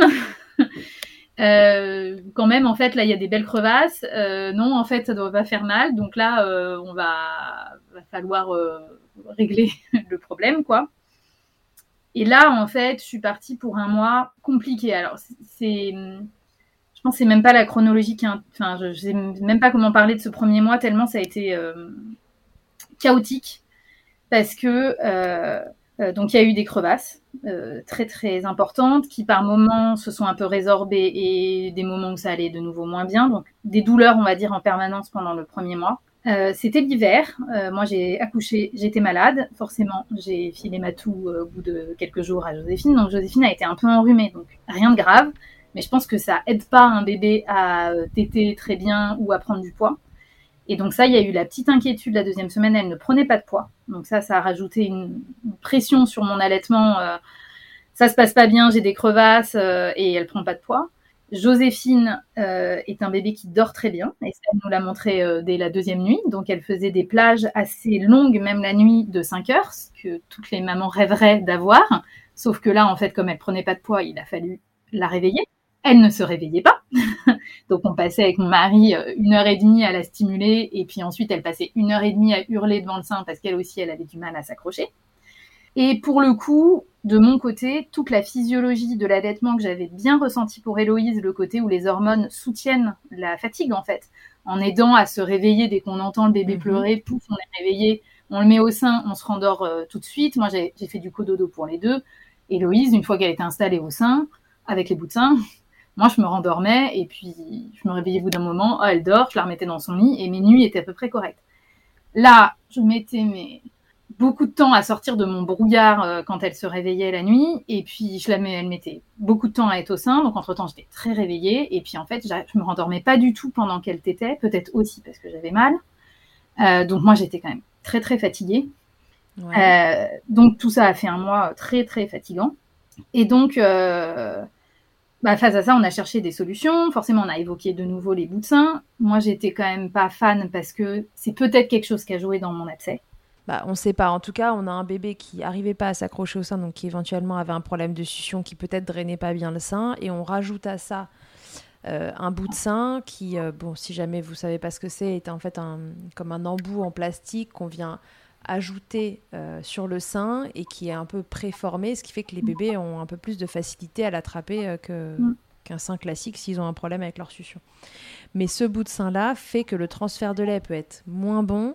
euh, quand même, en fait, là, il y a des belles crevasses. Euh, non, en fait, ça ne doit pas faire mal. Donc là, euh, on va, va falloir euh, régler le problème, quoi. Et là, en fait, je suis partie pour un mois compliqué. Alors, c'est, je pense que c'est même pas la chronologie qui, enfin, je, je sais même pas comment parler de ce premier mois tellement ça a été euh, chaotique. Parce que euh, euh, donc il y a eu des crevasses euh, très très importantes qui par moments se sont un peu résorbées et des moments où ça allait de nouveau moins bien, donc des douleurs on va dire en permanence pendant le premier mois. Euh, c'était l'hiver, euh, moi j'ai accouché, j'étais malade, forcément j'ai filé ma toux euh, au bout de quelques jours à Joséphine, donc Joséphine a été un peu enrhumée, donc rien de grave, mais je pense que ça aide pas un bébé à téter très bien ou à prendre du poids. Et donc ça, il y a eu la petite inquiétude la deuxième semaine, elle ne prenait pas de poids. Donc ça, ça a rajouté une, une pression sur mon allaitement. Euh, ça se passe pas bien, j'ai des crevasses euh, et elle prend pas de poids. Joséphine euh, est un bébé qui dort très bien et ça, elle nous l'a montré euh, dès la deuxième nuit. Donc elle faisait des plages assez longues, même la nuit de cinq heures, ce que toutes les mamans rêveraient d'avoir. Sauf que là, en fait, comme elle prenait pas de poids, il a fallu la réveiller. Elle ne se réveillait pas. Donc, on passait avec mon mari une heure et demie à la stimuler et puis ensuite, elle passait une heure et demie à hurler devant le sein parce qu'elle aussi, elle avait du mal à s'accrocher. Et pour le coup, de mon côté, toute la physiologie de l'allaitement que j'avais bien ressenti pour Héloïse, le côté où les hormones soutiennent la fatigue, en fait, en aidant à se réveiller dès qu'on entend le bébé mmh. pleurer, pouf, on est réveillé, on le met au sein, on se rendort euh, tout de suite. Moi, j'ai, j'ai fait du cododo pour les deux. Héloïse, une fois qu'elle était installée au sein, avec les bouts de sein, moi, je me rendormais et puis je me réveillais au bout d'un moment. Oh, elle dort, je la remettais dans son lit et mes nuits étaient à peu près correctes. Là, je mettais mes... beaucoup de temps à sortir de mon brouillard euh, quand elle se réveillait la nuit et puis je la mets... elle mettait beaucoup de temps à être au sein. Donc, entre-temps, j'étais très réveillée et puis en fait, je me rendormais pas du tout pendant qu'elle tétait, peut-être aussi parce que j'avais mal. Euh, donc, moi, j'étais quand même très, très fatiguée. Ouais. Euh, donc, tout ça a fait un mois très, très fatigant. Et donc... Euh... Bah, face à ça, on a cherché des solutions. Forcément, on a évoqué de nouveau les bouts de sein. Moi, j'étais quand même pas fan parce que c'est peut-être quelque chose qui a joué dans mon abcès. Bah, on ne sait pas. En tout cas, on a un bébé qui n'arrivait pas à s'accrocher au sein, donc qui éventuellement avait un problème de succion qui peut-être drainait pas bien le sein. Et on rajoute à ça euh, un bout de sein qui, euh, bon, si jamais vous ne savez pas ce que c'est, est en fait un, comme un embout en plastique qu'on vient ajouté euh, sur le sein et qui est un peu préformé, ce qui fait que les bébés ont un peu plus de facilité à l'attraper euh, que, mm. qu'un sein classique s'ils ont un problème avec leur succion. Mais ce bout de sein-là fait que le transfert de lait peut être moins bon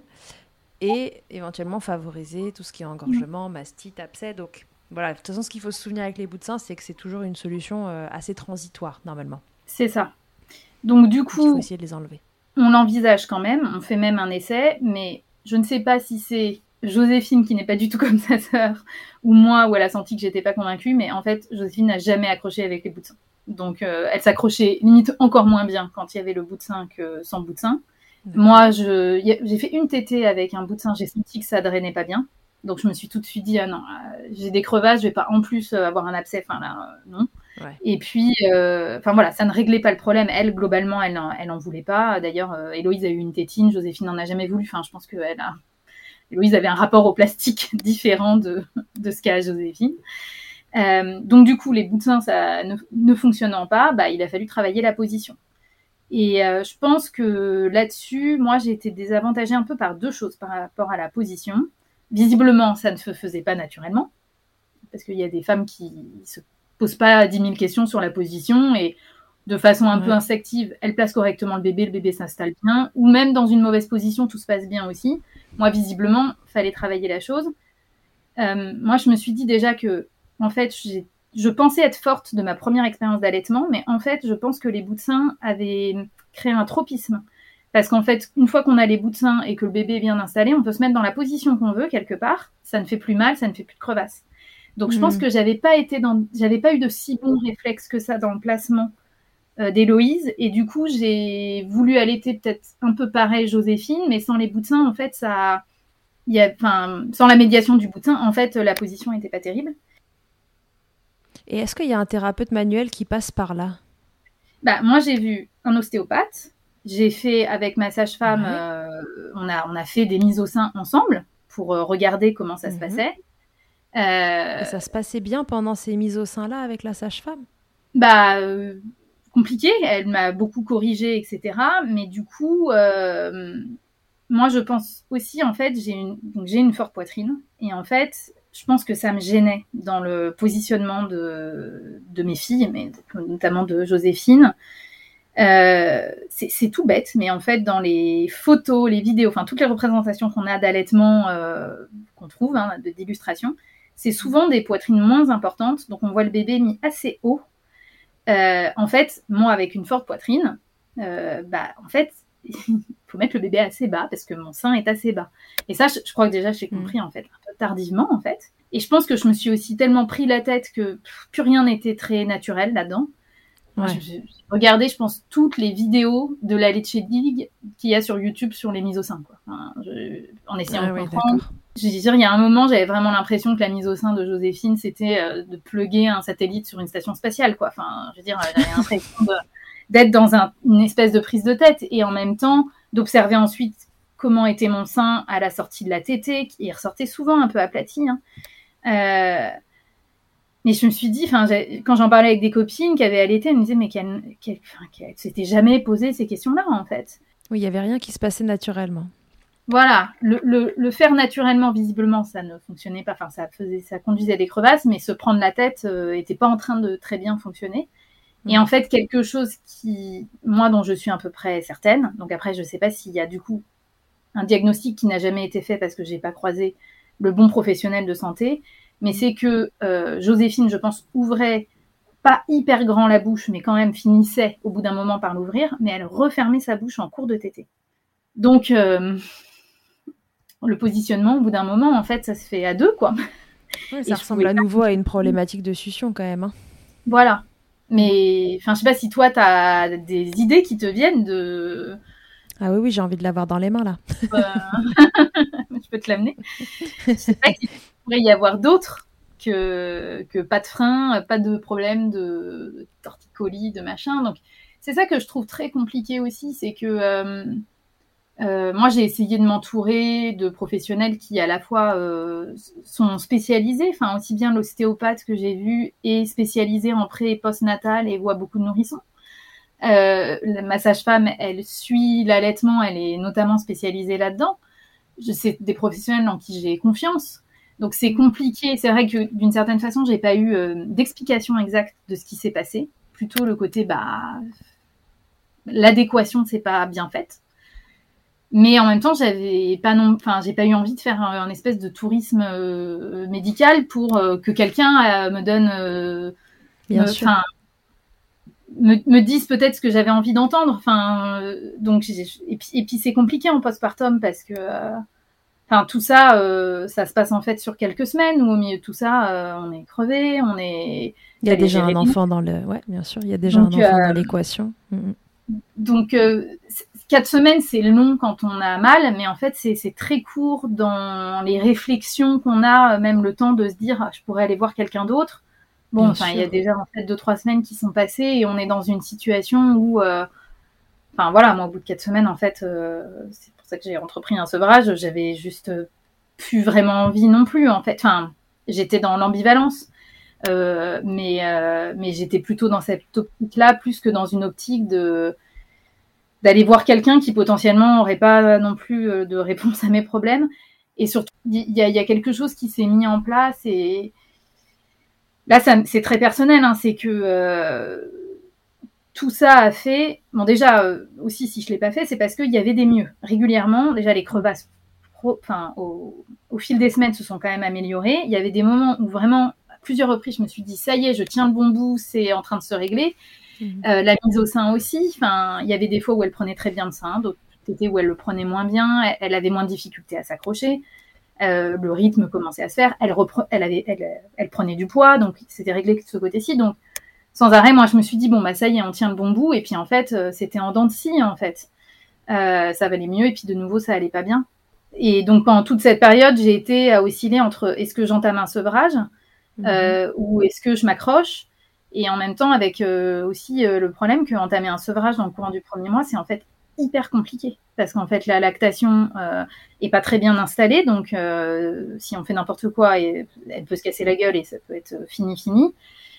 et éventuellement favoriser tout ce qui est engorgement, mm. mastite, abcès. Donc voilà, de toute façon, ce qu'il faut se souvenir avec les bouts de sein, c'est que c'est toujours une solution euh, assez transitoire, normalement. C'est ça. Donc du coup, il faut essayer de les enlever. On l'envisage quand même, on fait même un essai, mais je ne sais pas si c'est Joséphine qui n'est pas du tout comme sa sœur, ou moi où elle a senti que j'étais pas convaincue, mais en fait, Joséphine n'a jamais accroché avec les bouts de sein. Donc, euh, elle s'accrochait limite encore moins bien quand il y avait le bout de sein que sans bout de sein. Mmh. Moi, je, y a, j'ai fait une tétée avec un bout de sein, j'ai senti que ça drainait pas bien. Donc, je me suis tout de suite dit, ah non, euh, j'ai des crevasses, je vais pas en plus euh, avoir un abcès, enfin là, euh, non. Ouais. Et puis, enfin euh, voilà, ça ne réglait pas le problème. Elle, globalement, elle, elle en voulait pas. D'ailleurs, euh, Héloïse a eu une tétine, Joséphine n'en a jamais voulu. Enfin, je pense que elle a... Héloïse avait un rapport au plastique différent de, de ce qu'a Joséphine. Euh, donc, du coup, les bouts de sein, ça ne, ne fonctionnant pas, bah, il a fallu travailler la position. Et euh, je pense que là-dessus, moi, j'ai été désavantagée un peu par deux choses par rapport à la position. Visiblement, ça ne se faisait pas naturellement, parce qu'il y a des femmes qui se posent pas dix mille questions sur la position et de façon un ouais. peu instinctive, elle place correctement le bébé, le bébé s'installe bien, ou même dans une mauvaise position, tout se passe bien aussi. Moi, visiblement, il fallait travailler la chose. Euh, moi, je me suis dit déjà que, en fait, j'ai, je pensais être forte de ma première expérience d'allaitement, mais en fait, je pense que les bouts de sein avaient créé un tropisme. Parce qu'en fait, une fois qu'on a les bouts de sein et que le bébé est bien installé, on peut se mettre dans la position qu'on veut, quelque part. Ça ne fait plus mal, ça ne fait plus de crevasses. Donc, mmh. je pense que j'avais pas été dans, j'avais pas eu de si bons réflexes que ça dans le placement euh, d'Héloïse. Et du coup, j'ai voulu allaiter peut-être un peu pareil Joséphine, mais sans les bouts de sein, en fait, ça, il y a, enfin, sans la médiation du bout de sein, en fait, la position n'était pas terrible. Et est-ce qu'il y a un thérapeute manuel qui passe par là? Bah, moi, j'ai vu un ostéopathe. J'ai fait avec ma sage-femme, ouais. euh, on, a, on a fait des mises au sein ensemble pour euh, regarder comment ça mmh. se passait. Euh... Et ça se passait bien pendant ces mises au sein-là avec la sage-femme? Bah, euh, compliqué. Elle m'a beaucoup corrigée, et cetera. Mais du coup, euh, moi, je pense aussi, en fait, j'ai une, donc, j'ai une forte poitrine. Et en fait, je pense que ça me gênait dans le positionnement de, de mes filles, mais notamment de Joséphine. Euh, c'est, c'est tout bête, mais en fait, dans les photos, les vidéos, enfin, toutes les représentations qu'on a d'allaitement, euh, qu'on trouve, hein, de, d'illustration, c'est souvent des poitrines moins importantes. Donc, on voit le bébé mis assez haut. Euh, en fait, moi, avec une forte poitrine, euh, bah, en fait, il faut mettre le bébé assez bas parce que mon sein est assez bas. Et ça, je, je crois que déjà, j'ai compris, mmh. en fait, un peu tardivement, en fait. Et je pense que je me suis aussi tellement pris la tête que pff, plus rien n'était très naturel là-dedans. Ouais. Je, je, j'ai regardé, je pense, toutes les vidéos de la Leche League qu'il y a sur YouTube sur les mises au sein, quoi. Enfin, je, en essayant ah, de comprendre. Oui, je veux dire, il y a un moment, j'avais vraiment l'impression que la mise au sein de Joséphine, c'était euh, de plugger un satellite sur une station spatiale, quoi. Enfin, je veux dire, j'avais l'impression de, d'être dans un, une espèce de prise de tête et en même temps d'observer ensuite comment était mon sein à la sortie de la tétée, qui ressortait souvent un peu aplati. Hein. Euh, mais je me suis dit, enfin, quand j'en parlais avec des copines qui avaient allaité, elles me disaient, mais qu'elles qu'elle, qu'elle s'était jamais posé ces questions-là, en fait. Oui, il n'y avait rien qui se passait naturellement. Voilà, le, le, le faire naturellement, visiblement, ça ne fonctionnait pas. Enfin, ça faisait, ça conduisait à des crevasses, mais se prendre la tête euh, était pas en train de très bien fonctionner. Mmh. Et en fait, quelque chose qui, moi, dont je suis à peu près certaine. Donc après, je sais pas s'il y a du coup un diagnostic qui n'a jamais été fait parce que j'ai pas croisé le bon professionnel de santé. Mais c'est que euh, Joséphine, je pense, ouvrait pas hyper grand la bouche, mais quand même finissait au bout d'un moment par l'ouvrir, mais elle refermait sa bouche en cours de tétée. Donc, euh, le positionnement, au bout d'un moment, en fait, ça se fait à deux, quoi. Ouais, ça ressemble à nouveau à une problématique de succion, quand même. Hein. Voilà. Mais, enfin, je sais pas si toi, t'as des idées qui te viennent de... Ah oui, oui, j'ai envie de l'avoir dans les mains, là. Euh... je peux te l'amener. Je sais pas qu'il pourrait y avoir d'autres que, que pas de frein, pas de problème de torticolis, de machin. Donc, c'est ça que je trouve très compliqué aussi, c'est que euh, euh, moi, j'ai essayé de m'entourer de professionnels qui, à la fois, euh, sont spécialisés, enfin, aussi bien l'ostéopathe que j'ai vu est spécialisé en pré- et post-natal et voit beaucoup de nourrissons. Euh, ma sage-femme, elle suit l'allaitement, elle est notamment spécialisée là-dedans. Je, c'est des professionnels en qui j'ai confiance. Donc c'est compliqué. C'est vrai que d'une certaine façon, j'ai pas eu euh, d'explication exacte de ce qui s'est passé. Plutôt le côté, bah, l'adéquation, c'est pas bien faite. Mais en même temps, j'avais pas non, enfin, j'ai pas eu envie de faire un, un espèce de tourisme euh, médical pour euh, que quelqu'un euh, me donne, euh, bien me, sûr. Me, me disent peut-être ce que j'avais envie d'entendre. Enfin, euh, donc, et puis, et puis c'est compliqué en postpartum parce que, enfin, euh, tout ça, euh, ça se passe en fait sur quelques semaines où au milieu de tout ça, euh, on est crevé, on est. Il y a déjà un enfant dans le, ouais, bien sûr, il y a déjà donc, un enfant euh, dans l'équation. Mm-hmm. Donc, euh, quatre semaines, c'est long quand on a mal, mais en fait, c'est, c'est très court dans les réflexions qu'on a, même le temps de se dire, ah, je pourrais aller voir quelqu'un d'autre. Bon, enfin, il y a déjà en fait deux, trois semaines qui sont passées et on est dans une situation où, euh, enfin voilà, moi au bout de quatre semaines, en fait, euh, c'est pour ça que j'ai entrepris un sevrage, j'avais juste plus vraiment envie non plus, en fait. Enfin, j'étais dans l'ambivalence, euh, mais, euh, mais j'étais plutôt dans cette optique-là, plus que dans une optique de d'aller voir quelqu'un qui potentiellement n'aurait pas non plus de réponse à mes problèmes. Et surtout, il y, y a quelque chose qui s'est mis en place et là, ça, c'est très personnel, hein, c'est que euh, tout ça a fait... Bon, déjà, euh, aussi, si je ne l'ai pas fait, c'est parce qu'il y avait des mieux. Régulièrement, déjà, les crevasses, pro... enfin, au... au fil des semaines, se sont quand même améliorées. Il y avait des moments où vraiment, à plusieurs reprises, je me suis dit, ça y est, je tiens le bon bout, c'est en train de se régler. Mmh. Euh, la mise au sein aussi. Enfin, il y avait des fois où elle prenait très bien le sein, d'autres tétés où elle le prenait moins bien, elle, elle avait moins de difficultés à s'accrocher. Euh, le rythme commençait à se faire. Elle, repre... elle, avait... elle, elle prenait du poids, donc c'était réglé de ce côté-ci. Donc, sans arrêt, moi, je me suis dit, bon, bah, ça y est, on tient le bon bout. Et puis, en fait, euh, c'était en dents de scie, en fait. Euh, ça valait mieux. Et puis, de nouveau, ça allait pas bien. Et donc, pendant toute cette période, j'ai été à osciller entre est-ce que j'entame un sevrage mmh. euh, ou est-ce que je m'accroche. Et en même temps, avec euh, aussi euh, le problème qu'entamer un sevrage dans le courant du premier mois, c'est en fait hyper compliqué. Parce qu'en fait, la lactation euh, est pas très bien installée. Donc, euh, si on fait n'importe quoi, et, elle peut se casser la gueule et ça peut être fini, fini.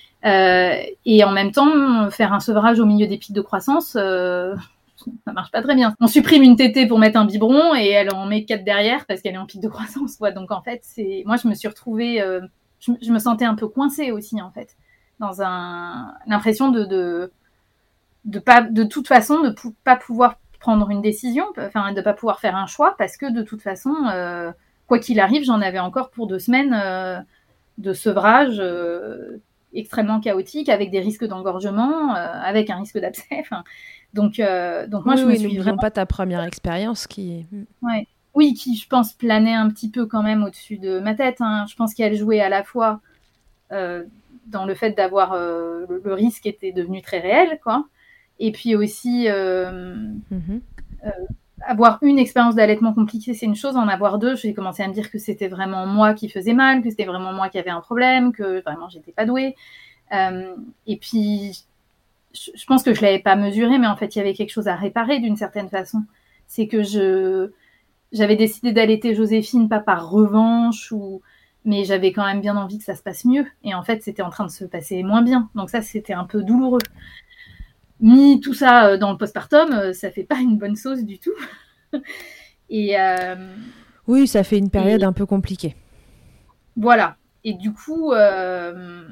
Euh, et en même temps, faire un sevrage au milieu des pics de croissance, euh, ça marche pas très bien. On supprime une tétée pour mettre un biberon et elle en met quatre derrière parce qu'elle est en pic de croissance. Ouais. Donc en fait, c'est moi je me suis retrouvée, euh, je, je me sentais un peu coincée aussi en fait, dans un l'impression de de de pas de toute façon de pou- pas pouvoir prendre une décision, enfin de pas pouvoir faire un choix parce que de toute façon, euh, quoi qu'il arrive, j'en avais encore pour deux semaines euh, de sevrage. Euh, extrêmement chaotique, avec des risques d'engorgement, euh, avec un risque d'abcès. Enfin, donc, euh, donc moi, oui, je me oui, suis n'oublions vraiment... pas ta première expérience qui... Ouais. Oui, qui, je pense, planait un petit peu quand même au-dessus de ma tête. Hein. Je pense qu'elle jouait à la fois euh, dans le fait d'avoir... Euh, le, le risque était devenu très réel, quoi. Et puis aussi... Euh, mm-hmm. euh, avoir une expérience d'allaitement compliquée, c'est une chose. En avoir deux, j'ai commencé à me dire que c'était vraiment moi qui faisais mal, que c'était vraiment moi qui avais un problème, que vraiment j'étais pas douée. Euh, et puis, je, je pense que je l'avais pas mesuré, mais en fait, il y avait quelque chose à réparer d'une certaine façon. C'est que je, j'avais décidé d'allaiter Joséphine, pas par revanche, ou, mais j'avais quand même bien envie que ça se passe mieux. Et en fait, c'était en train de se passer moins bien. Donc ça, c'était un peu douloureux. Mis tout ça dans le postpartum, ça fait pas une bonne sauce du tout. et euh, oui, ça fait une période et, un peu compliquée. Voilà. Et du coup, euh,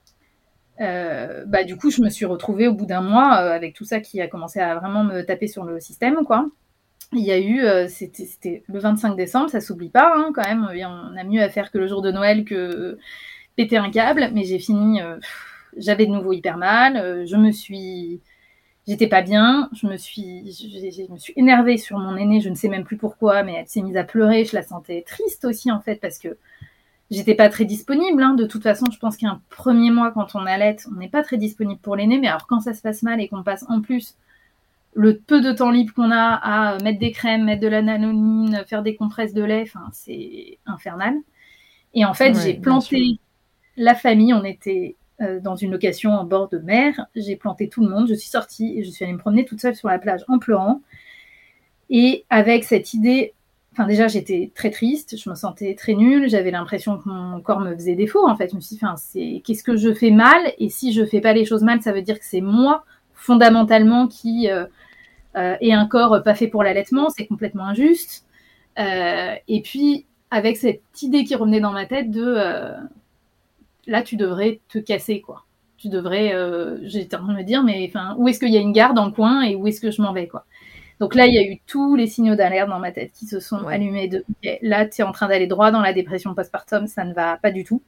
euh, bah du coup, je me suis retrouvée au bout d'un mois euh, avec tout ça qui a commencé à vraiment me taper sur le système, quoi. Il y a eu, euh, c'était, c'était le vingt-cinq décembre, ça s'oublie pas, hein, quand même. On a mieux à faire que le jour de Noël que péter un câble. Mais j'ai fini, euh, j'avais de nouveau hyper mal. Euh, je me suis J'étais pas bien, je me suis, je, je me suis énervée sur mon aînée, je ne sais même plus pourquoi, mais elle s'est mise à pleurer, je la sentais triste aussi en fait, parce que j'étais pas très disponible. Hein. De toute façon, je pense qu'un premier mois, quand on allaite, on n'est pas très disponible pour l'aîné, mais alors quand ça se passe mal et qu'on passe en plus le peu de temps libre qu'on a à mettre des crèmes, mettre de la nanoline, faire des compresses de lait, enfin, c'est infernal. Et en fait, ouais, j'ai planté la famille, on était... dans une location en bord de mer, j'ai planté tout le monde, je suis sortie et je suis allée me promener toute seule sur la plage en pleurant. Et avec cette idée, enfin déjà j'étais très triste, je me sentais très nulle, j'avais l'impression que mon corps me faisait défaut en fait. Je me suis dit, enfin, c'est, qu'est-ce que je fais mal ? Et si je fais pas les choses mal, ça veut dire que c'est moi fondamentalement qui euh, euh, ai un corps pas fait pour l'allaitement, c'est complètement injuste. Euh, et puis avec cette idée qui revenait dans ma tête de... Euh, là, tu devrais te casser, quoi. Tu devrais... Euh, j'étais en train de me dire, mais enfin, où est-ce qu'il y a une gare dans le coin et où est-ce que je m'en vais, quoi. Donc là, il y a eu tous les signaux d'alerte dans ma tête qui se sont ouais. allumés de okay, là, tu es en train d'aller droit dans la dépression postpartum, ça ne va pas du tout.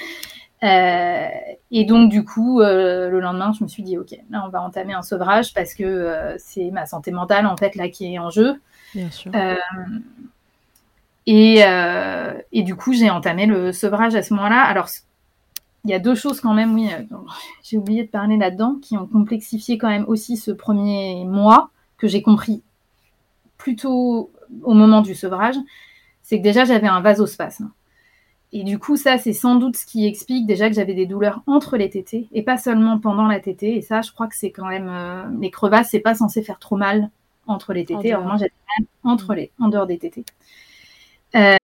Euh, et donc, du coup, euh, le lendemain, je me suis dit, OK, là, on va entamer un sevrage parce que euh, c'est ma santé mentale, en fait, là, qui est en jeu. Bien sûr. Euh, et, euh, et du coup, j'ai entamé le sevrage à ce moment-là. Alors, il y a deux choses quand même, oui, euh, j'ai oublié de parler là-dedans, qui ont complexifié quand même aussi ce premier mois, que j'ai compris plutôt au moment du sevrage, c'est que déjà j'avais un vasospasme. Et du coup, ça, c'est sans doute ce qui explique déjà que j'avais des douleurs entre les tétées, et pas seulement pendant la tétée. Et ça, je crois que c'est quand même... Euh, les crevasses, c'est pas censé faire trop mal entre les tétées. Alors moi, j'avais mal entre les, en dehors des tétées. Euh,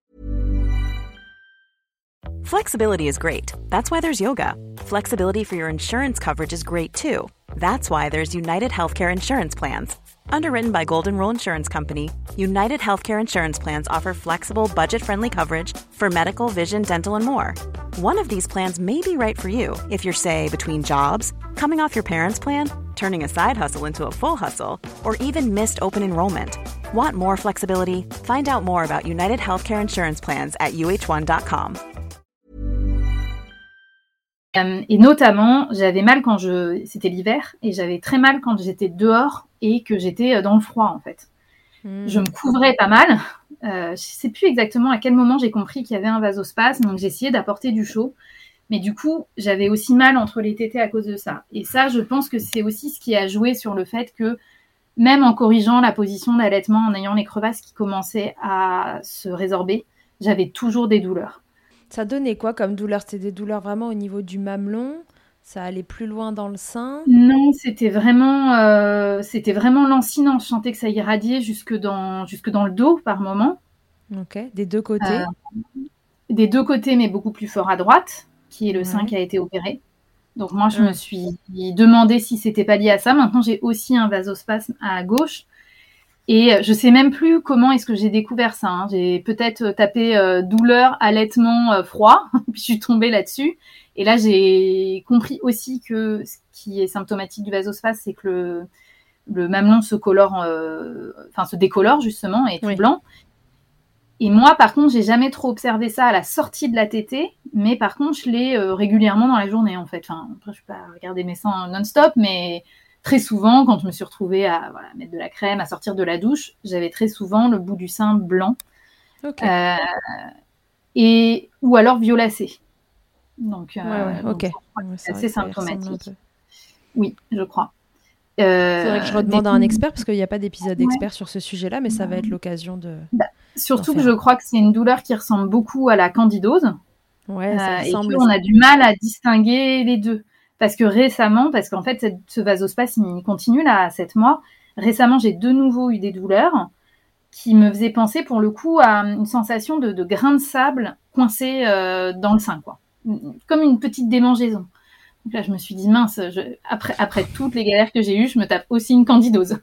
Flexibility is great. That's why there's yoga. Flexibility for your insurance coverage is great too. That's why there's United Healthcare Insurance Plans. Underwritten by Golden Rule Insurance Company, United Healthcare Insurance Plans offer flexible, budget-friendly coverage for medical, vision, dental, and more. One of these plans may be right for you if you're, say, between jobs, coming off your parents' plan, turning a side hustle into a full hustle, or even missed open enrollment. Want more flexibility? Find out more about United Healthcare Insurance Plans at U H one dot com. Euh, et notamment, j'avais mal quand je... C'était l'hiver, et j'avais très mal quand j'étais dehors et que j'étais dans le froid, en fait. Mmh. Je me couvrais pas mal. Euh, je sais plus exactement à quel moment j'ai compris qu'il y avait un vasospasme, donc j'ai essayé d'apporter du chaud. Mais du coup, j'avais aussi mal entre les tétés à cause de ça. Et ça, je pense que c'est aussi ce qui a joué sur le fait que, même en corrigeant la position d'allaitement, en ayant les crevasses qui commençaient à se résorber, j'avais toujours des douleurs. Ça donnait quoi comme douleur ? C'était des douleurs vraiment au niveau du mamelon ? Ça allait plus loin dans le sein ? Non, c'était vraiment, euh, c'était vraiment lancinant. Je sentais que ça irradiait jusque dans, jusque dans le dos par moment. Ok, des deux côtés euh, Des deux côtés, mais beaucoup plus fort à droite, qui est le ouais. sein qui a été opéré. Donc moi, je mmh. me suis demandé si c'était pas lié à ça. Maintenant, j'ai aussi un vasospasme à gauche. Et je sais même plus comment est-ce que j'ai découvert ça. Hein. J'ai peut-être tapé euh, douleur, allaitement, euh, froid, puis je suis tombée là-dessus. Et là, j'ai compris aussi que ce qui est symptomatique du vasospasme, c'est que le, le mamelon se colore, euh, enfin se décolore justement, et est tout oui. blanc. Et moi, par contre, j'ai jamais trop observé ça à la sortie de la tétée, mais par contre, je l'ai euh, régulièrement dans la journée, en fait. Enfin, après, je peux pas regarder mes seins non-stop, mais très souvent, quand je me suis retrouvée à voilà, mettre de la crème, à sortir de la douche, j'avais très souvent le bout du sein blanc. Okay. Euh, et, ou alors violacé. Donc, euh, ouais, ouais, donc ok. c'est assez symptomatique. Oui, je crois. Il euh, faudrait que je redemande des... à un expert, parce qu'il n'y a pas d'épisode ouais. expert sur ce sujet-là, mais ça va être l'occasion de... Bah, surtout que je crois que c'est une douleur qui ressemble beaucoup à la candidose. Ouais, ça euh, ressemble. Et qu'on a du mal à distinguer les deux. Parce que récemment, parce qu'en fait, ce vasospasme, il continue là, à sept mois. Récemment, j'ai de nouveau eu des douleurs qui me faisaient penser, pour le coup, à une sensation de, de grains de sable coincés euh, dans le sein, quoi. Comme une petite démangeaison. Donc là, je me suis dit, mince, je... après, après toutes les galères que j'ai eues, je me tape aussi une candidose.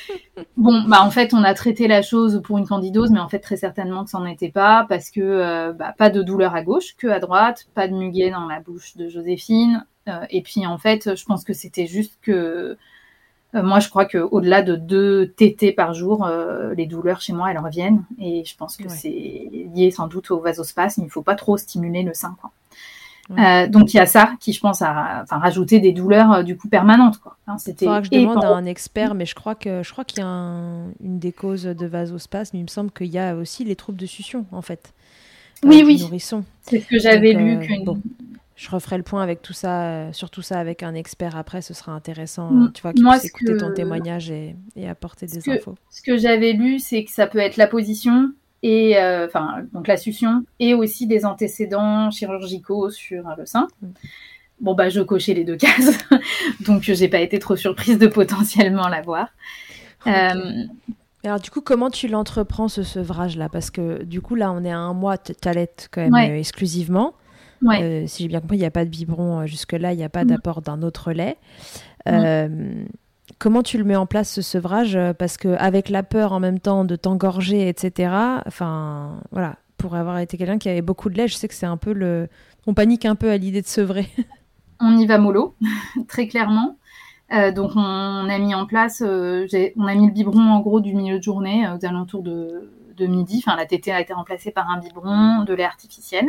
Bon, bah en fait, on a traité la chose pour une candidose, mais en fait, très certainement que ça n'en était pas, parce que euh, bah, pas de douleur à gauche, que à droite, pas de muguet dans la bouche de Joséphine. Euh, et puis, en fait, je pense que c'était juste que... Euh, moi, je crois qu'au-delà de deux tétées par jour, euh, les douleurs chez moi, elles reviennent. Et je pense que ouais. c'est lié sans doute au vasospasme. Il ne faut pas trop stimuler le sein, quoi. Ouais. Euh, donc il y a ça qui, je pense, a enfin rajouter des douleurs euh, du coup permanentes, quoi. Hein, c'était. Faudra que je demande à un expert, mais je crois que je crois qu'il y a un, une des causes de vasospasme. Il me semble qu'il y a aussi les troubles de succion, en fait. Oui, oui. Nourrisson. C'est ce que j'avais donc, lu. Euh, qu'une... Bon, je referai le point avec tout ça, euh, sur tout ça avec un expert après. Ce sera intéressant, mmh. euh, tu vois, qu'il Moi, puisse écouter que... ton témoignage et, et apporter ce des que, infos. Ce que j'avais lu, c'est que ça peut être la position. Et enfin, euh, donc la succion, et aussi des antécédents chirurgicaux sur le sein. Mm. Bon, bah, je cochais les deux cases, donc j'ai pas été trop surprise de potentiellement l'avoir. Okay. Euh... Alors, du coup, comment tu l'entreprends, ce sevrage-là ? Parce que, du coup, là, on est à un mois, tu allaites quand même ouais. euh, exclusivement. Ouais. Euh, si j'ai bien compris, il n'y a pas de biberon euh, jusque-là, il n'y a pas mm. d'apport d'un autre lait. Mm. Euh, Comment tu le mets en place, ce sevrage ? Parce qu'avec la peur en même temps de t'engorger, et cetera, enfin, voilà, pour avoir été quelqu'un qui avait beaucoup de lait, je sais que c'est un peu le... On panique un peu à l'idée de sevrer. On y va mollo, très clairement. Euh, donc, on a mis en place... Euh, j'ai... On a mis le biberon, en gros, du milieu de journée, aux alentours de, de midi. Enfin, la tétée a été remplacée par un biberon de lait artificiel.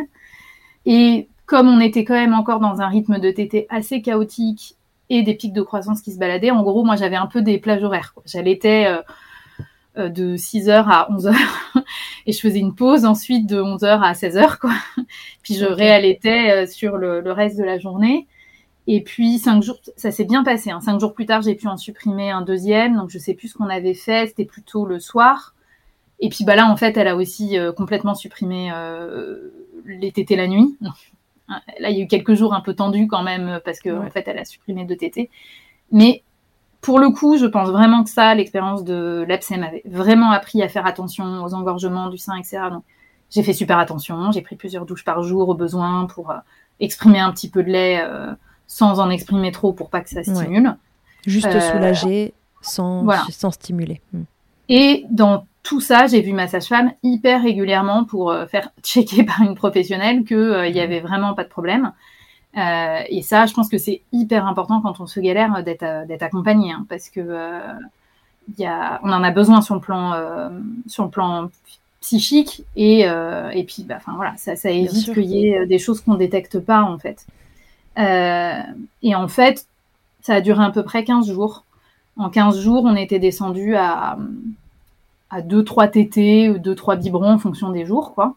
Et comme on était quand même encore dans un rythme de tétée assez chaotique, et des pics de croissance qui se baladaient. En gros, moi, j'avais un peu des plages horaires, quoi. J'allaitais euh, euh, de six heures à onze heures et je faisais une pause ensuite de onze heures à seize heures, quoi. Puis je okay. réallaitais euh, sur le, le reste de la journée. Et puis, cinq jours, ça s'est bien passé. Hein. Cinq jours plus tard, j'ai pu en supprimer un deuxième. Donc, je sais plus ce qu'on avait fait. C'était plutôt le soir. Et puis, bah là, en fait, elle a aussi euh, complètement supprimé euh, les tétées la nuit. Là, il y a eu quelques jours un peu tendus quand même, parce qu'en ouais. en fait, elle a supprimé deux tétées. Mais pour le coup, je pense vraiment que ça, l'expérience de l'A P S E m'avait vraiment appris à faire attention aux engorgements du sein, et cetera. Donc, j'ai fait super attention. J'ai pris plusieurs douches par jour au besoin pour euh, exprimer un petit peu de lait euh, sans en exprimer trop pour pas que ça stimule. Ouais. Juste euh, soulager sans, voilà. sans stimuler. Hmm. Et dans tout ça, j'ai vu ma sage-femme hyper régulièrement pour euh, faire checker par une professionnelle qu'il euh, n'y avait vraiment pas de problème. Euh, et ça, je pense que c'est hyper important quand on se galère d'être, euh, d'être accompagné, hein, parce que euh, y a, on en a besoin sur le plan, euh, sur le plan psychique et, euh, et puis, bah, enfin voilà, ça, ça évite qu'il y ait des choses qu'on détecte pas en fait. Euh, et en fait, ça a duré à peu près quinze jours. En quinze jours, on était descendu à, à deux trois tétés ou deux trois biberons en fonction des jours, quoi.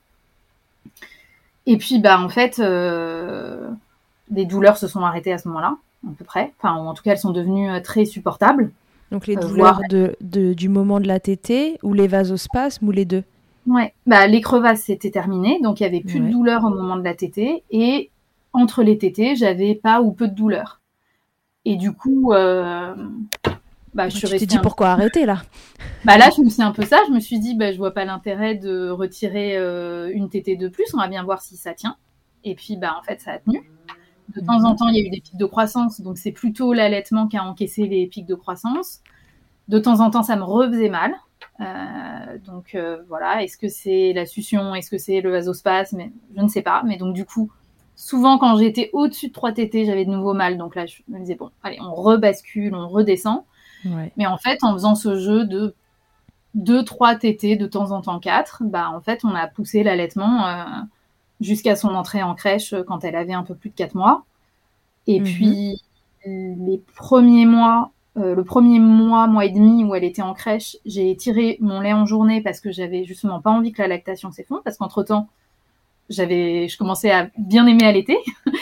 Et puis, bah en fait. Euh, Les douleurs se sont arrêtées à ce moment-là, à peu près. Enfin, en tout cas, elles sont devenues très supportables. Donc, les douleurs euh, de, de, du moment de la tétée ou les vasospasmes ou les deux? Ouais, bah, les crevasses, c'était terminé. Donc, il n'y avait plus ouais. de douleur au moment de la tétée. Et entre les tétées, j'avais pas ou peu de douleur. Et du coup, euh, bah, je suis restée... Tu t'es dit pourquoi peu... arrêter, là? Bah là, je me suis un peu ça. Je me suis dit, bah, je vois pas l'intérêt de retirer euh, une tétée de plus. On va bien voir si ça tient. Et puis, bah, en fait, ça a tenu. De temps en temps, il y a eu des pics de croissance, donc c'est plutôt l'allaitement qui a encaissé les pics de croissance. De temps en temps, ça me refaisait mal. Euh, donc euh, voilà, est-ce que c'est la succion, est-ce que c'est le vasospasme, mais je ne sais pas. Mais donc du coup, souvent quand j'étais au-dessus de trois tétés, j'avais de nouveau mal. Donc là, je me disais, bon, allez, on rebascule, on redescend. Ouais. Mais en fait, en faisant ce jeu de deux, trois tétés, de temps en temps quatre, bah en fait, on a poussé l'allaitement... Euh, jusqu'à son entrée en crèche quand elle avait un peu plus de quatre mois. Et mmh. puis, les premiers mois, euh, le premier mois, mois et demi où elle était en crèche, j'ai tiré mon lait en journée parce que j'avais justement pas envie que la lactation s'effondre, parce qu'entre-temps, j'avais, je commençais à bien aimer allaiter.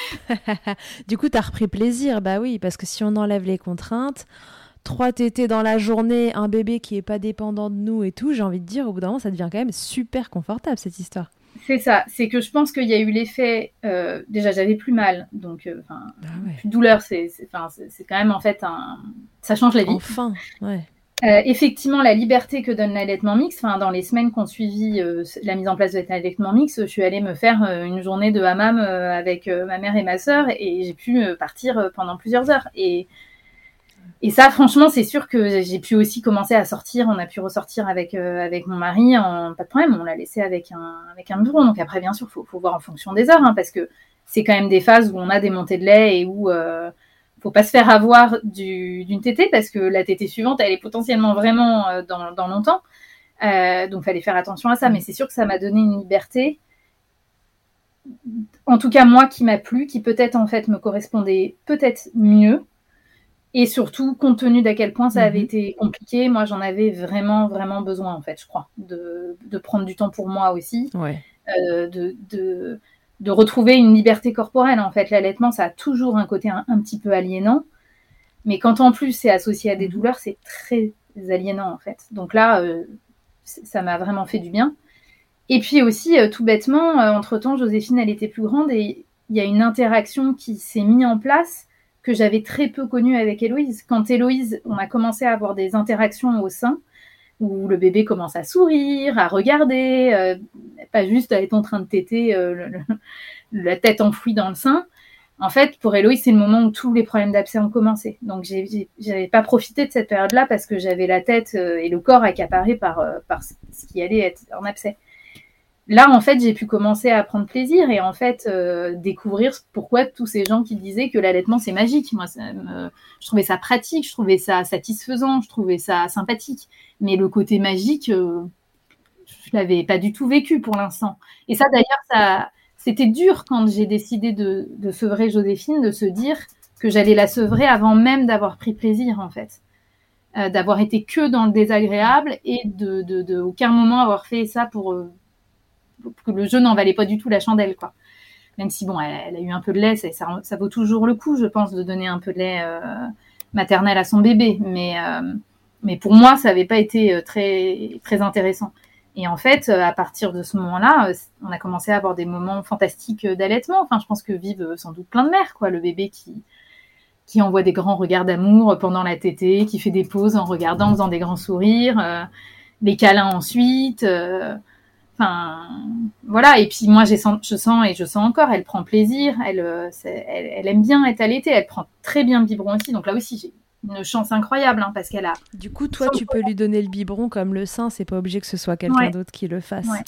Du coup, tu as repris plaisir, bah oui, parce que si on enlève les contraintes, trois tétés dans la journée, un bébé qui est pas dépendant de nous et tout, j'ai envie de dire, au bout d'un moment, ça devient quand même super confortable, cette histoire. C'est ça, c'est que je pense qu'il y a eu l'effet, euh, déjà j'avais plus mal, donc euh, ah ouais. plus de douleur, c'est, c'est, c'est, c'est quand même en fait un... ça change la vie. Enfin, ouais. Euh, effectivement, la liberté que donne l'allaitement mixte, enfin dans les semaines qu'on suivi euh, la mise en place de l'allaitement mixte, je suis allée me faire euh, une journée de hammam euh, avec euh, ma mère et ma sœur et j'ai pu euh, partir euh, pendant plusieurs heures. Et Et ça, franchement, c'est sûr que j'ai pu aussi commencer à sortir. On a pu ressortir avec euh, avec mon mari, en, pas de problème. On l'a laissé avec un avec un biberon. Donc après, bien sûr, faut faut voir en fonction des heures, hein, parce que c'est quand même des phases où on a des montées de lait et où euh, faut pas se faire avoir du d'une tétée, parce que la tétée suivante, elle est potentiellement vraiment euh, dans dans longtemps. Euh, donc fallait faire attention à ça. Mais c'est sûr que ça m'a donné une liberté. En tout cas, moi, qui m'a plu, qui peut-être en fait me correspondait peut-être mieux. Et surtout, compte tenu d'à quel point ça avait mmh. été compliqué, moi, j'en avais vraiment, vraiment besoin, en fait, je crois, de, de prendre du temps pour moi aussi, ouais. euh, de, de, de retrouver une liberté corporelle. En fait, l'allaitement, ça a toujours un côté un, un petit peu aliénant, mais quand en plus c'est associé à des douleurs, c'est très aliénant, en fait. Donc là, euh, ça m'a vraiment fait du bien. Et puis aussi, euh, tout bêtement, euh, entre-temps, Joséphine, elle était plus grande et il y a une interaction qui s'est mise en place que j'avais très peu connue avec Héloïse. Quand Héloïse, on a commencé à avoir des interactions au sein, où le bébé commence à sourire, à regarder, euh, pas juste à être en train de téter euh, le, le, la tête enfouie dans le sein. En fait, pour Héloïse, c'est le moment où tous les problèmes d'abcès ont commencé. Donc, j'ai, j'ai, j'avais pas profité de cette période-là parce que j'avais la tête euh, et le corps accaparés par, euh, par ce qui allait être en abcès. Là, en fait, j'ai pu commencer à prendre plaisir et en fait euh, découvrir pourquoi tous ces gens qui disaient que l'allaitement c'est magique. Moi, ça me... je trouvais ça pratique, je trouvais ça satisfaisant, je trouvais ça sympathique. Mais le côté magique, euh, je l'avais pas du tout vécu pour l'instant. Et ça, d'ailleurs, ça, c'était dur quand j'ai décidé de, de sevrer Joséphine, de se dire que j'allais la sevrer avant même d'avoir pris plaisir, en fait. Euh, d'avoir été que dans le désagréable et de, de, de aucun moment avoir fait ça pour... Euh, que le jeu n'en valait pas du tout la chandelle, quoi. Même si, bon, elle, elle a eu un peu de lait, ça, ça, ça vaut toujours le coup, je pense, de donner un peu de lait euh, maternel à son bébé. Mais, euh, mais pour moi, ça n'avait pas été très, très intéressant. Et en fait, à partir de ce moment-là, on a commencé à avoir des moments fantastiques d'allaitement. Enfin, je pense que vivent sans doute plein de mères, quoi. Le bébé qui, qui envoie des grands regards d'amour pendant la tétée, qui fait des pauses en regardant, en faisant des grands sourires, euh, les câlins ensuite... Euh, Enfin, voilà. Et puis moi, j'ai sens, je sens et je sens encore, elle prend plaisir, elle, c'est, elle, elle aime bien être allaitée, elle prend très bien le biberon aussi. Donc là aussi, j'ai une chance incroyable hein, parce qu'elle a. Du coup, toi, tu peux lui donner le biberon comme le sein, c'est pas obligé que ce soit quelqu'un ouais. d'autre qui le fasse. Ouais.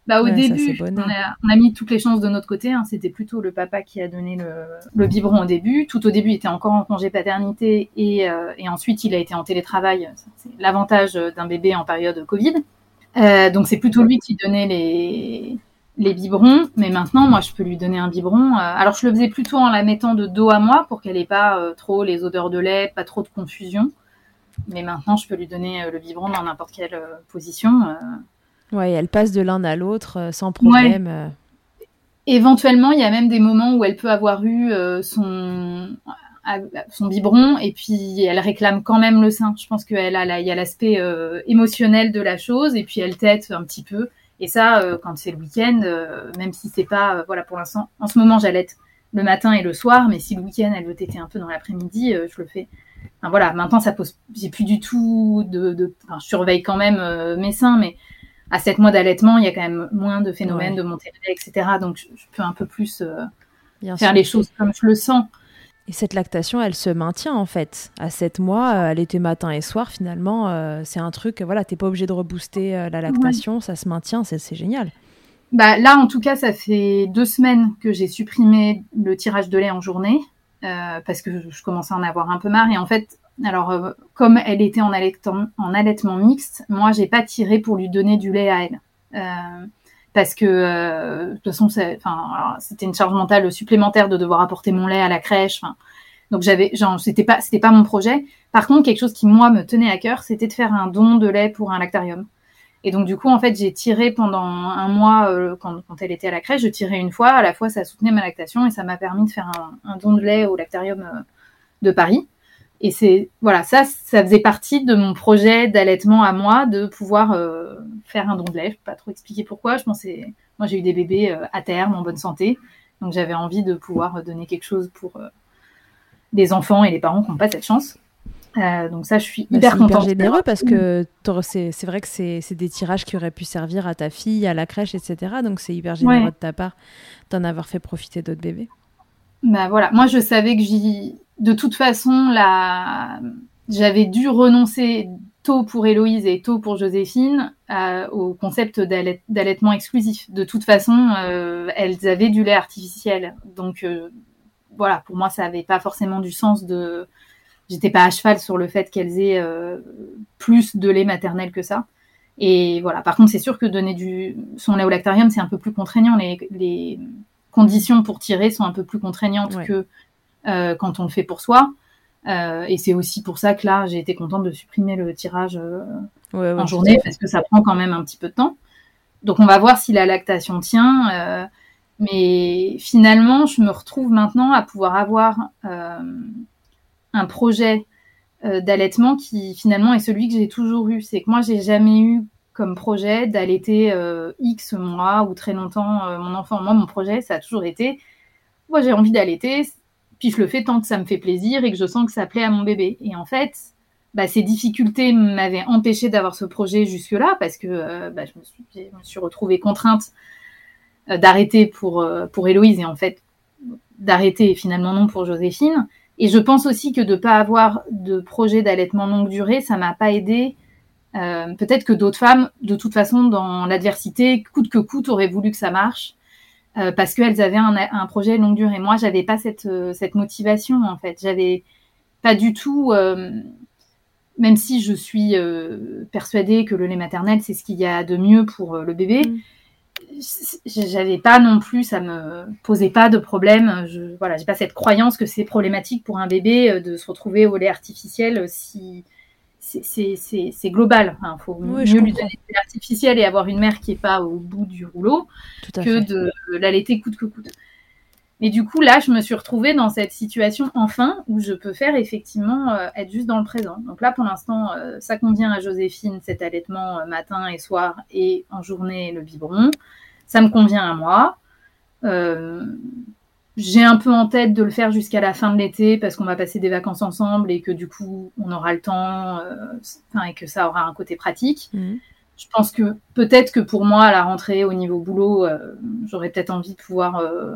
Bah, au Ouais, ça, début, c'est on bonheur. a, on a mis toutes les chances de notre côté. Hein. C'était plutôt le papa qui a donné le, le biberon au début. Tout au début, il était encore en congé paternité et, euh, et ensuite, il a été en télétravail. C'est l'avantage d'un bébé en période Covid. Euh, donc, c'est plutôt lui qui donnait les, les biberons. Mais maintenant, moi, je peux lui donner un biberon. Euh, alors, je le faisais plutôt en la mettant de dos à moi pour qu'elle ait pas euh, trop les odeurs de lait, pas trop de confusion. Mais maintenant, je peux lui donner euh, le biberon dans n'importe quelle euh, position. Euh, Ouais, elle passe de l'un à l'autre euh, sans Ouais. problème. euh. Éventuellement, il y a même des moments où elle peut avoir eu euh, son, euh, son biberon et puis elle réclame quand même le sein. Je pense qu'elle a la, il y a l'aspect euh, émotionnel de la chose et puis elle tète un petit peu. Et ça, euh, quand c'est le week-end, euh, même si c'est pas, euh, voilà, pour l'instant, en ce moment, j'allaite le matin et le soir, mais si le week-end elle veut téter un peu dans l'après-midi, euh, je le fais. Enfin, voilà, maintenant ça pose, j'ai plus du tout de, de enfin, je surveille quand même euh, mes seins, mais à sept mois d'allaitement, il y a quand même moins de phénomènes Ouais. de montée de lait, et cetera. Donc, je, je peux un peu plus euh, Bien faire sûr. les choses comme je le sens. Et cette lactation, elle se maintient en fait. À sept mois, euh, elle était matin et soir finalement. euh, c'est un truc, voilà, t'es pas obligé de rebooster euh, la lactation, ouais. Ça se maintient, c'est, c'est génial. Bah, là, en tout cas, ça fait deux semaines que j'ai supprimé le tirage de lait en journée euh, parce que je, je commençais à en avoir un peu marre. Et en fait, alors, euh, comme elle était en allaitement, en allaitement mixte, moi, j'ai pas tiré pour lui donner du lait à elle. Euh, parce que, euh, de toute façon, c'est, alors, c'était une charge mentale supplémentaire de devoir apporter mon lait à la crèche. Donc, j'avais, genre, c'était pas, c'était pas mon projet. Par contre, quelque chose qui, moi, me tenait à cœur, c'était de faire un don de lait pour un lactarium. Et donc, du coup, en fait, j'ai tiré pendant un mois, euh, quand, quand elle était à la crèche, je tirais une fois. À la fois, ça soutenait ma lactation et ça m'a permis de faire un, un don de lait au lactarium euh, de Paris. Et c'est, voilà, ça, ça faisait partie de mon projet d'allaitement à moi, de pouvoir euh, faire un don de lait. Je peux pas trop expliquer pourquoi. Je pensais, moi, j'ai eu des bébés euh, à terme, en bonne santé. Donc, j'avais envie de pouvoir donner quelque chose pour euh, les enfants et les parents qui n'ont pas cette chance. Euh, donc ça, je suis bah, hyper c'est contente. C'est hyper généreux parce que c'est, c'est vrai que c'est, c'est des tirages qui auraient pu servir à ta fille, à la crèche, et cetera. Donc c'est hyper généreux ouais. de ta part d'en avoir fait profiter d'autres bébés. Bah voilà, moi je savais que j'y... de toute façon, la... j'avais dû renoncer tôt pour Héloïse et tôt pour Joséphine euh, au concept d'allait... d'allaitement exclusif. De toute façon, euh, elles avaient du lait artificiel. Donc euh, voilà, pour moi, ça n'avait pas forcément du sens de... J'étais pas à cheval sur le fait qu'elles aient euh, plus de lait maternel que ça. Et voilà, par contre, c'est sûr que donner du... son lait au lactarium, c'est un peu plus contraignant. Les... les... conditions pour tirer sont un peu plus contraignantes ouais. que euh, quand on le fait pour soi. Euh, et c'est aussi pour ça que là, j'ai été contente de supprimer le tirage euh, ouais, ouais, en journée parce que ça prend quand même un petit peu de temps. Donc, on va voir si la lactation tient. Euh, mais finalement, je me retrouve maintenant à pouvoir avoir euh, un projet euh, d'allaitement qui finalement est celui que j'ai toujours eu. C'est que moi, j'ai jamais eu comme projet d'allaiter euh, X mois ou très longtemps euh, mon enfant. Moi, mon projet, ça a toujours été, moi, j'ai envie d'allaiter, puis je le fais tant que ça me fait plaisir et que je sens que ça plaît à mon bébé. Et en fait, bah, ces difficultés m'avaient empêché d'avoir ce projet jusque-là parce que euh, bah, je, me suis, je me suis retrouvée contrainte euh, d'arrêter pour, euh, pour Héloïse et en fait, d'arrêter finalement non pour Joséphine. Et je pense aussi que de ne pas avoir de projet d'allaitement longue durée, ça ne m'a pas aidée. Euh, peut-être que d'autres femmes, de toute façon, dans l'adversité, coûte que coûte, auraient voulu que ça marche euh, parce qu'elles avaient un, un projet longue durée. Moi, j'avais pas cette, euh, cette motivation, en fait. J'avais pas du tout, euh, même si je suis euh, persuadée que le lait maternel, c'est ce qu'il y a de mieux pour euh, le bébé, mmh. j'avais pas non plus, ça me posait pas de problème. Je, voilà, j'ai pas cette croyance que c'est problématique pour un bébé de se retrouver au lait artificiel si... C'est, c'est, c'est, c'est global. Il hein, faut oui, mieux lui donner de l'artificiel et avoir une mère qui n'est pas au bout du rouleau que fait. de l'allaiter coûte que coûte. Mais du coup, là, je me suis retrouvée dans cette situation enfin où je peux faire effectivement euh, être juste dans le présent. Donc là, pour l'instant, euh, ça convient à Joséphine, cet allaitement euh, matin et soir et en journée le biberon. Ça me convient à moi. Euh, J'ai un peu en tête de le faire jusqu'à la fin de l'été parce qu'on va passer des vacances ensemble et que du coup, on aura le temps euh, et que ça aura un côté pratique. Mmh. Je pense que peut-être que pour moi, à la rentrée, au niveau boulot, euh, j'aurais peut-être envie de pouvoir euh,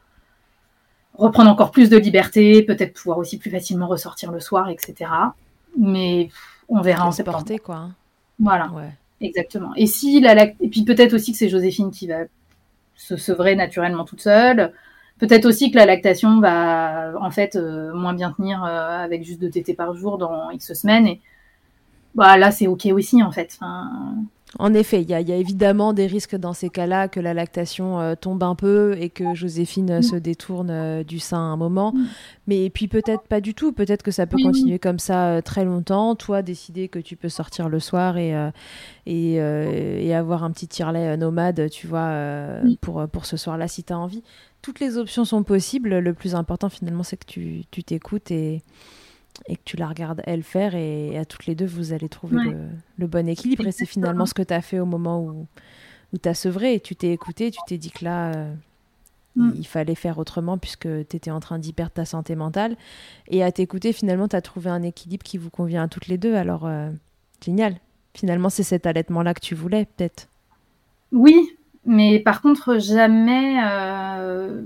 reprendre encore plus de liberté, peut-être pouvoir aussi plus facilement ressortir le soir, et cetera. Mais on verra en septembre. Porter, quoi. Voilà. Ouais. exactement. Et si la lact... et puis peut-être aussi que c'est Joséphine qui va se sevrer naturellement toute seule. Peut-être aussi que la lactation va en fait euh, moins bien tenir euh, avec juste deux tétées par jour dans X semaines. Et bah, là, c'est OK aussi en fait. Enfin... En effet, il y, y a évidemment des risques dans ces cas-là que la lactation euh, tombe un peu et que Joséphine euh, se détourne euh, du sein à un moment. Mm. Mais puis peut-être pas du tout. Peut-être que ça peut oui. continuer comme ça euh, très longtemps. Toi, décider que tu peux sortir le soir et, euh, et, euh, et avoir un petit tire-lait nomade, tu vois, euh, oui. pour, pour ce soir-là si tu as envie. Toutes les options sont possibles. Le plus important, finalement, c'est que tu, tu t'écoutes et... et que tu la regardes elle faire et à toutes les deux vous allez trouver ouais. le, le bon équilibre. Exactement. Et c'est finalement ce que tu as fait au moment où, où tu as sevré et tu t'es écouté, tu t'es dit que là euh, mm. il fallait faire autrement puisque tu étais en train d'y perdre ta santé mentale et à t'écouter finalement tu as trouvé un équilibre qui vous convient à toutes les deux. Alors euh, génial, finalement c'est cet allaitement là que tu voulais peut-être. Oui, mais par contre jamais euh...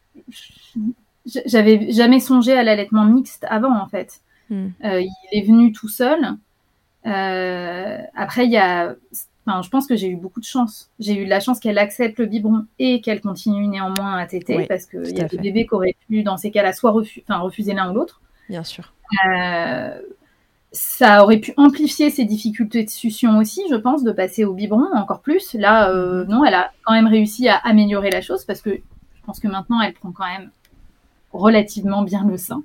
j'avais jamais songé à l'allaitement mixte avant, en fait. Mm. Euh, il est venu tout seul. Euh, après, il y a... Enfin, je pense que j'ai eu beaucoup de chance. J'ai eu de la chance qu'elle accepte le biberon et qu'elle continue néanmoins à téter, oui, parce qu'il y a des bébés qui auraient pu, dans ces cas-là, soit refu... enfin, refuser l'un ou l'autre. Bien sûr. Euh, ça aurait pu amplifier ses difficultés de succion aussi, je pense, de passer au biberon encore plus. Là, euh, mm. non, elle a quand même réussi à améliorer la chose, parce que je pense que maintenant, elle prend quand même relativement bien le sein.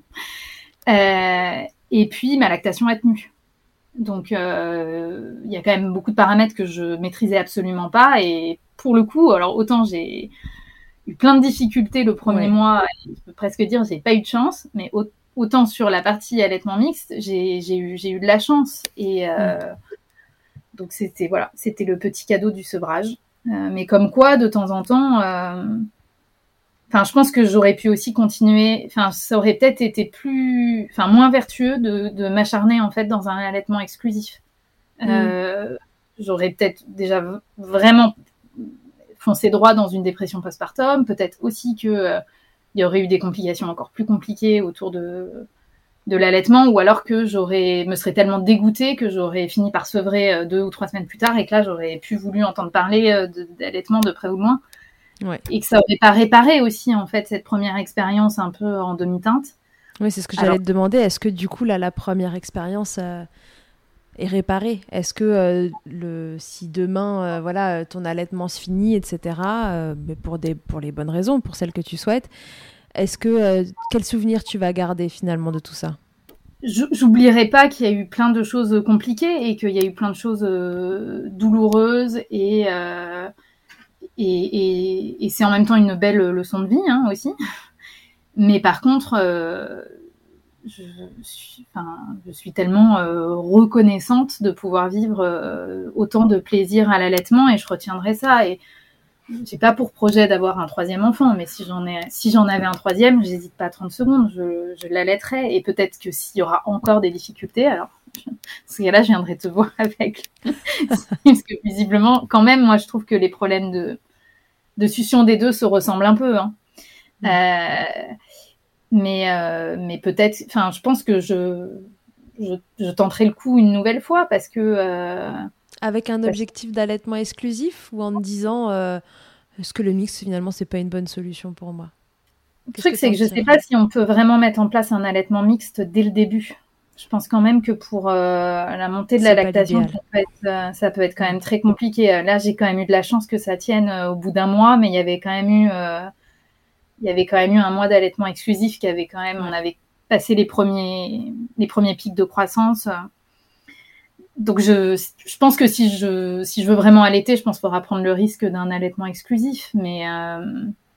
Euh, et puis, ma lactation a tenu. Donc, il euh, y a quand même beaucoup de paramètres que je maîtrisais absolument pas. Et pour le coup, alors autant j'ai eu plein de difficultés le premier ouais. mois, je peux presque dire j'ai pas eu de chance, mais autant sur la partie allaitement mixte, j'ai, j'ai, eu, j'ai eu de la chance. Et euh, mmh. donc, c'était, voilà, c'était le petit cadeau du sevrage. Euh, mais comme quoi, de temps en temps... Euh, Enfin, je pense que j'aurais pu aussi continuer. Enfin, ça aurait peut-être été plus, enfin, moins vertueux de, de m'acharner en fait dans un allaitement exclusif. Mmh. Euh, j'aurais peut-être déjà vraiment foncé droit dans une dépression postpartum. Peut-être aussi que euh, il y aurait eu des complications encore plus compliquées autour de de l'allaitement, ou alors que j'aurais me serais tellement dégoûtée que j'aurais fini par sevrer deux ou trois semaines plus tard et que là j'aurais plus voulu entendre parler de, d'allaitement de près ou de loin. Ouais. Et que ça aurait pas réparé aussi en fait cette première expérience un peu en demi-teinte. Oui, c'est ce que j'allais Alors... te demander. Est-ce que du coup là la première expérience euh, est réparée ? Est-ce que euh, le si demain euh, voilà ton allaitement se finit, et cetera. Euh, mais pour des pour les bonnes raisons, pour celles que tu souhaites, est-ce que euh, quel souvenir tu vas garder finalement de tout ça ? J'oublierai pas qu'il y a eu plein de choses compliquées et qu'il y a eu plein de choses euh, douloureuses et euh, Et, et, et c'est en même temps une belle leçon de vie hein, aussi. Mais par contre, euh, je, suis, enfin, je suis tellement euh, reconnaissante de pouvoir vivre euh, autant de plaisir à l'allaitement et je retiendrai ça. Et j'ai pas pour projet d'avoir un troisième enfant, mais si j'en ai, si j'en avais un troisième, j'hésite pas trente secondes, je, je l'allaiterai. Et peut-être que s'il y aura encore des difficultés, alors parce que là, je viendrai te voir avec. Parce que visiblement, quand même, moi, je trouve que les problèmes de, de succion des deux se ressemblent un peu. Hein. Mmh. Euh, mais, euh, mais peut-être... Enfin, je pense que je, je, je tenterai le coup une nouvelle fois parce que... Euh, avec un objectif que... d'allaitement exclusif ou en me disant euh, est-ce que le mix, finalement, c'est pas une bonne solution pour moi ? Le truc, c'est que je sais pas si on peut vraiment mettre en place un allaitement mixte dès le début. Je pense quand même que pour euh, la montée de c'est la lactation, ça peut, être, euh, ça peut être quand même très compliqué. Là, j'ai quand même eu de la chance que ça tienne euh, au bout d'un mois, mais il y avait quand même eu, euh, il y avait quand même eu un mois d'allaitement exclusif qui avait quand même, on avait passé les premiers, les premiers pics de croissance. Donc, je, je pense que si je, si je veux vraiment allaiter, je pense qu'il faudra prendre le risque d'un allaitement exclusif, mais euh,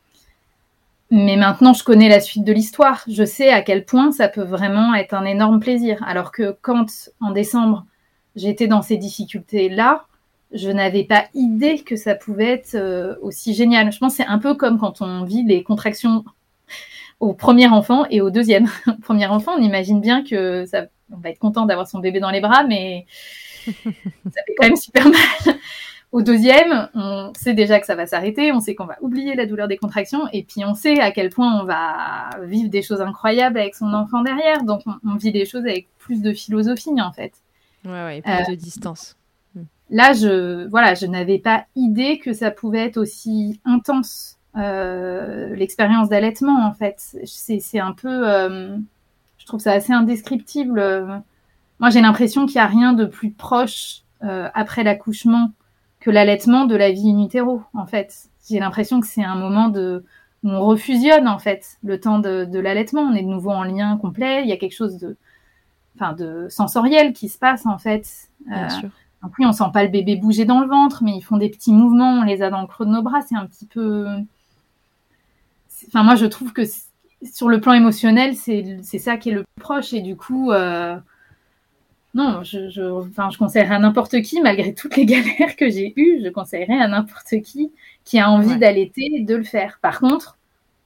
Mais maintenant, je connais la suite de l'histoire. Je sais à quel point ça peut vraiment être un énorme plaisir. Alors que quand, en décembre, j'étais dans ces difficultés-là, je n'avais pas idée que ça pouvait être euh, aussi génial. Je pense que c'est un peu comme quand on vit les contractions au premier enfant et au deuxième. Au premier enfant, on imagine bien que ça, on va être content d'avoir son bébé dans les bras, mais ça fait quand même super mal. Au deuxième, on sait déjà que ça va s'arrêter, on sait qu'on va oublier la douleur des contractions, et puis on sait à quel point on va vivre des choses incroyables avec son enfant derrière. Donc on, on vit les choses avec plus de philosophie, en fait. Ouais, ouais, plus euh, de distance. là, je, voilà, je n'avais pas idée que ça pouvait être aussi intense, euh, l'expérience d'allaitement, en fait. C'est, c'est un peu, euh, je trouve ça assez indescriptible. Moi, j'ai l'impression qu'il n'y a rien de plus proche euh, après l'accouchement que l'allaitement de la vie in utero, en fait. J'ai l'impression que c'est un moment de, où on refusionne, en fait, le temps de, de l'allaitement. On est de nouveau en lien complet. Il y a quelque chose de, enfin, de sensoriel qui se passe, en fait. Bien Euh, sûr. donc oui, on sent pas le bébé bouger dans le ventre, mais ils font des petits mouvements, on les a dans le creux de nos bras. C'est un petit peu... C'est... Enfin, moi, je trouve que sur le plan émotionnel, c'est, c'est ça qui est le plus proche. Et du coup... Euh... Non, je, je, enfin, je conseillerais à n'importe qui, malgré toutes les galères que j'ai eues, je conseillerais à n'importe qui qui a envie ouais. d'allaiter de le faire. Par contre,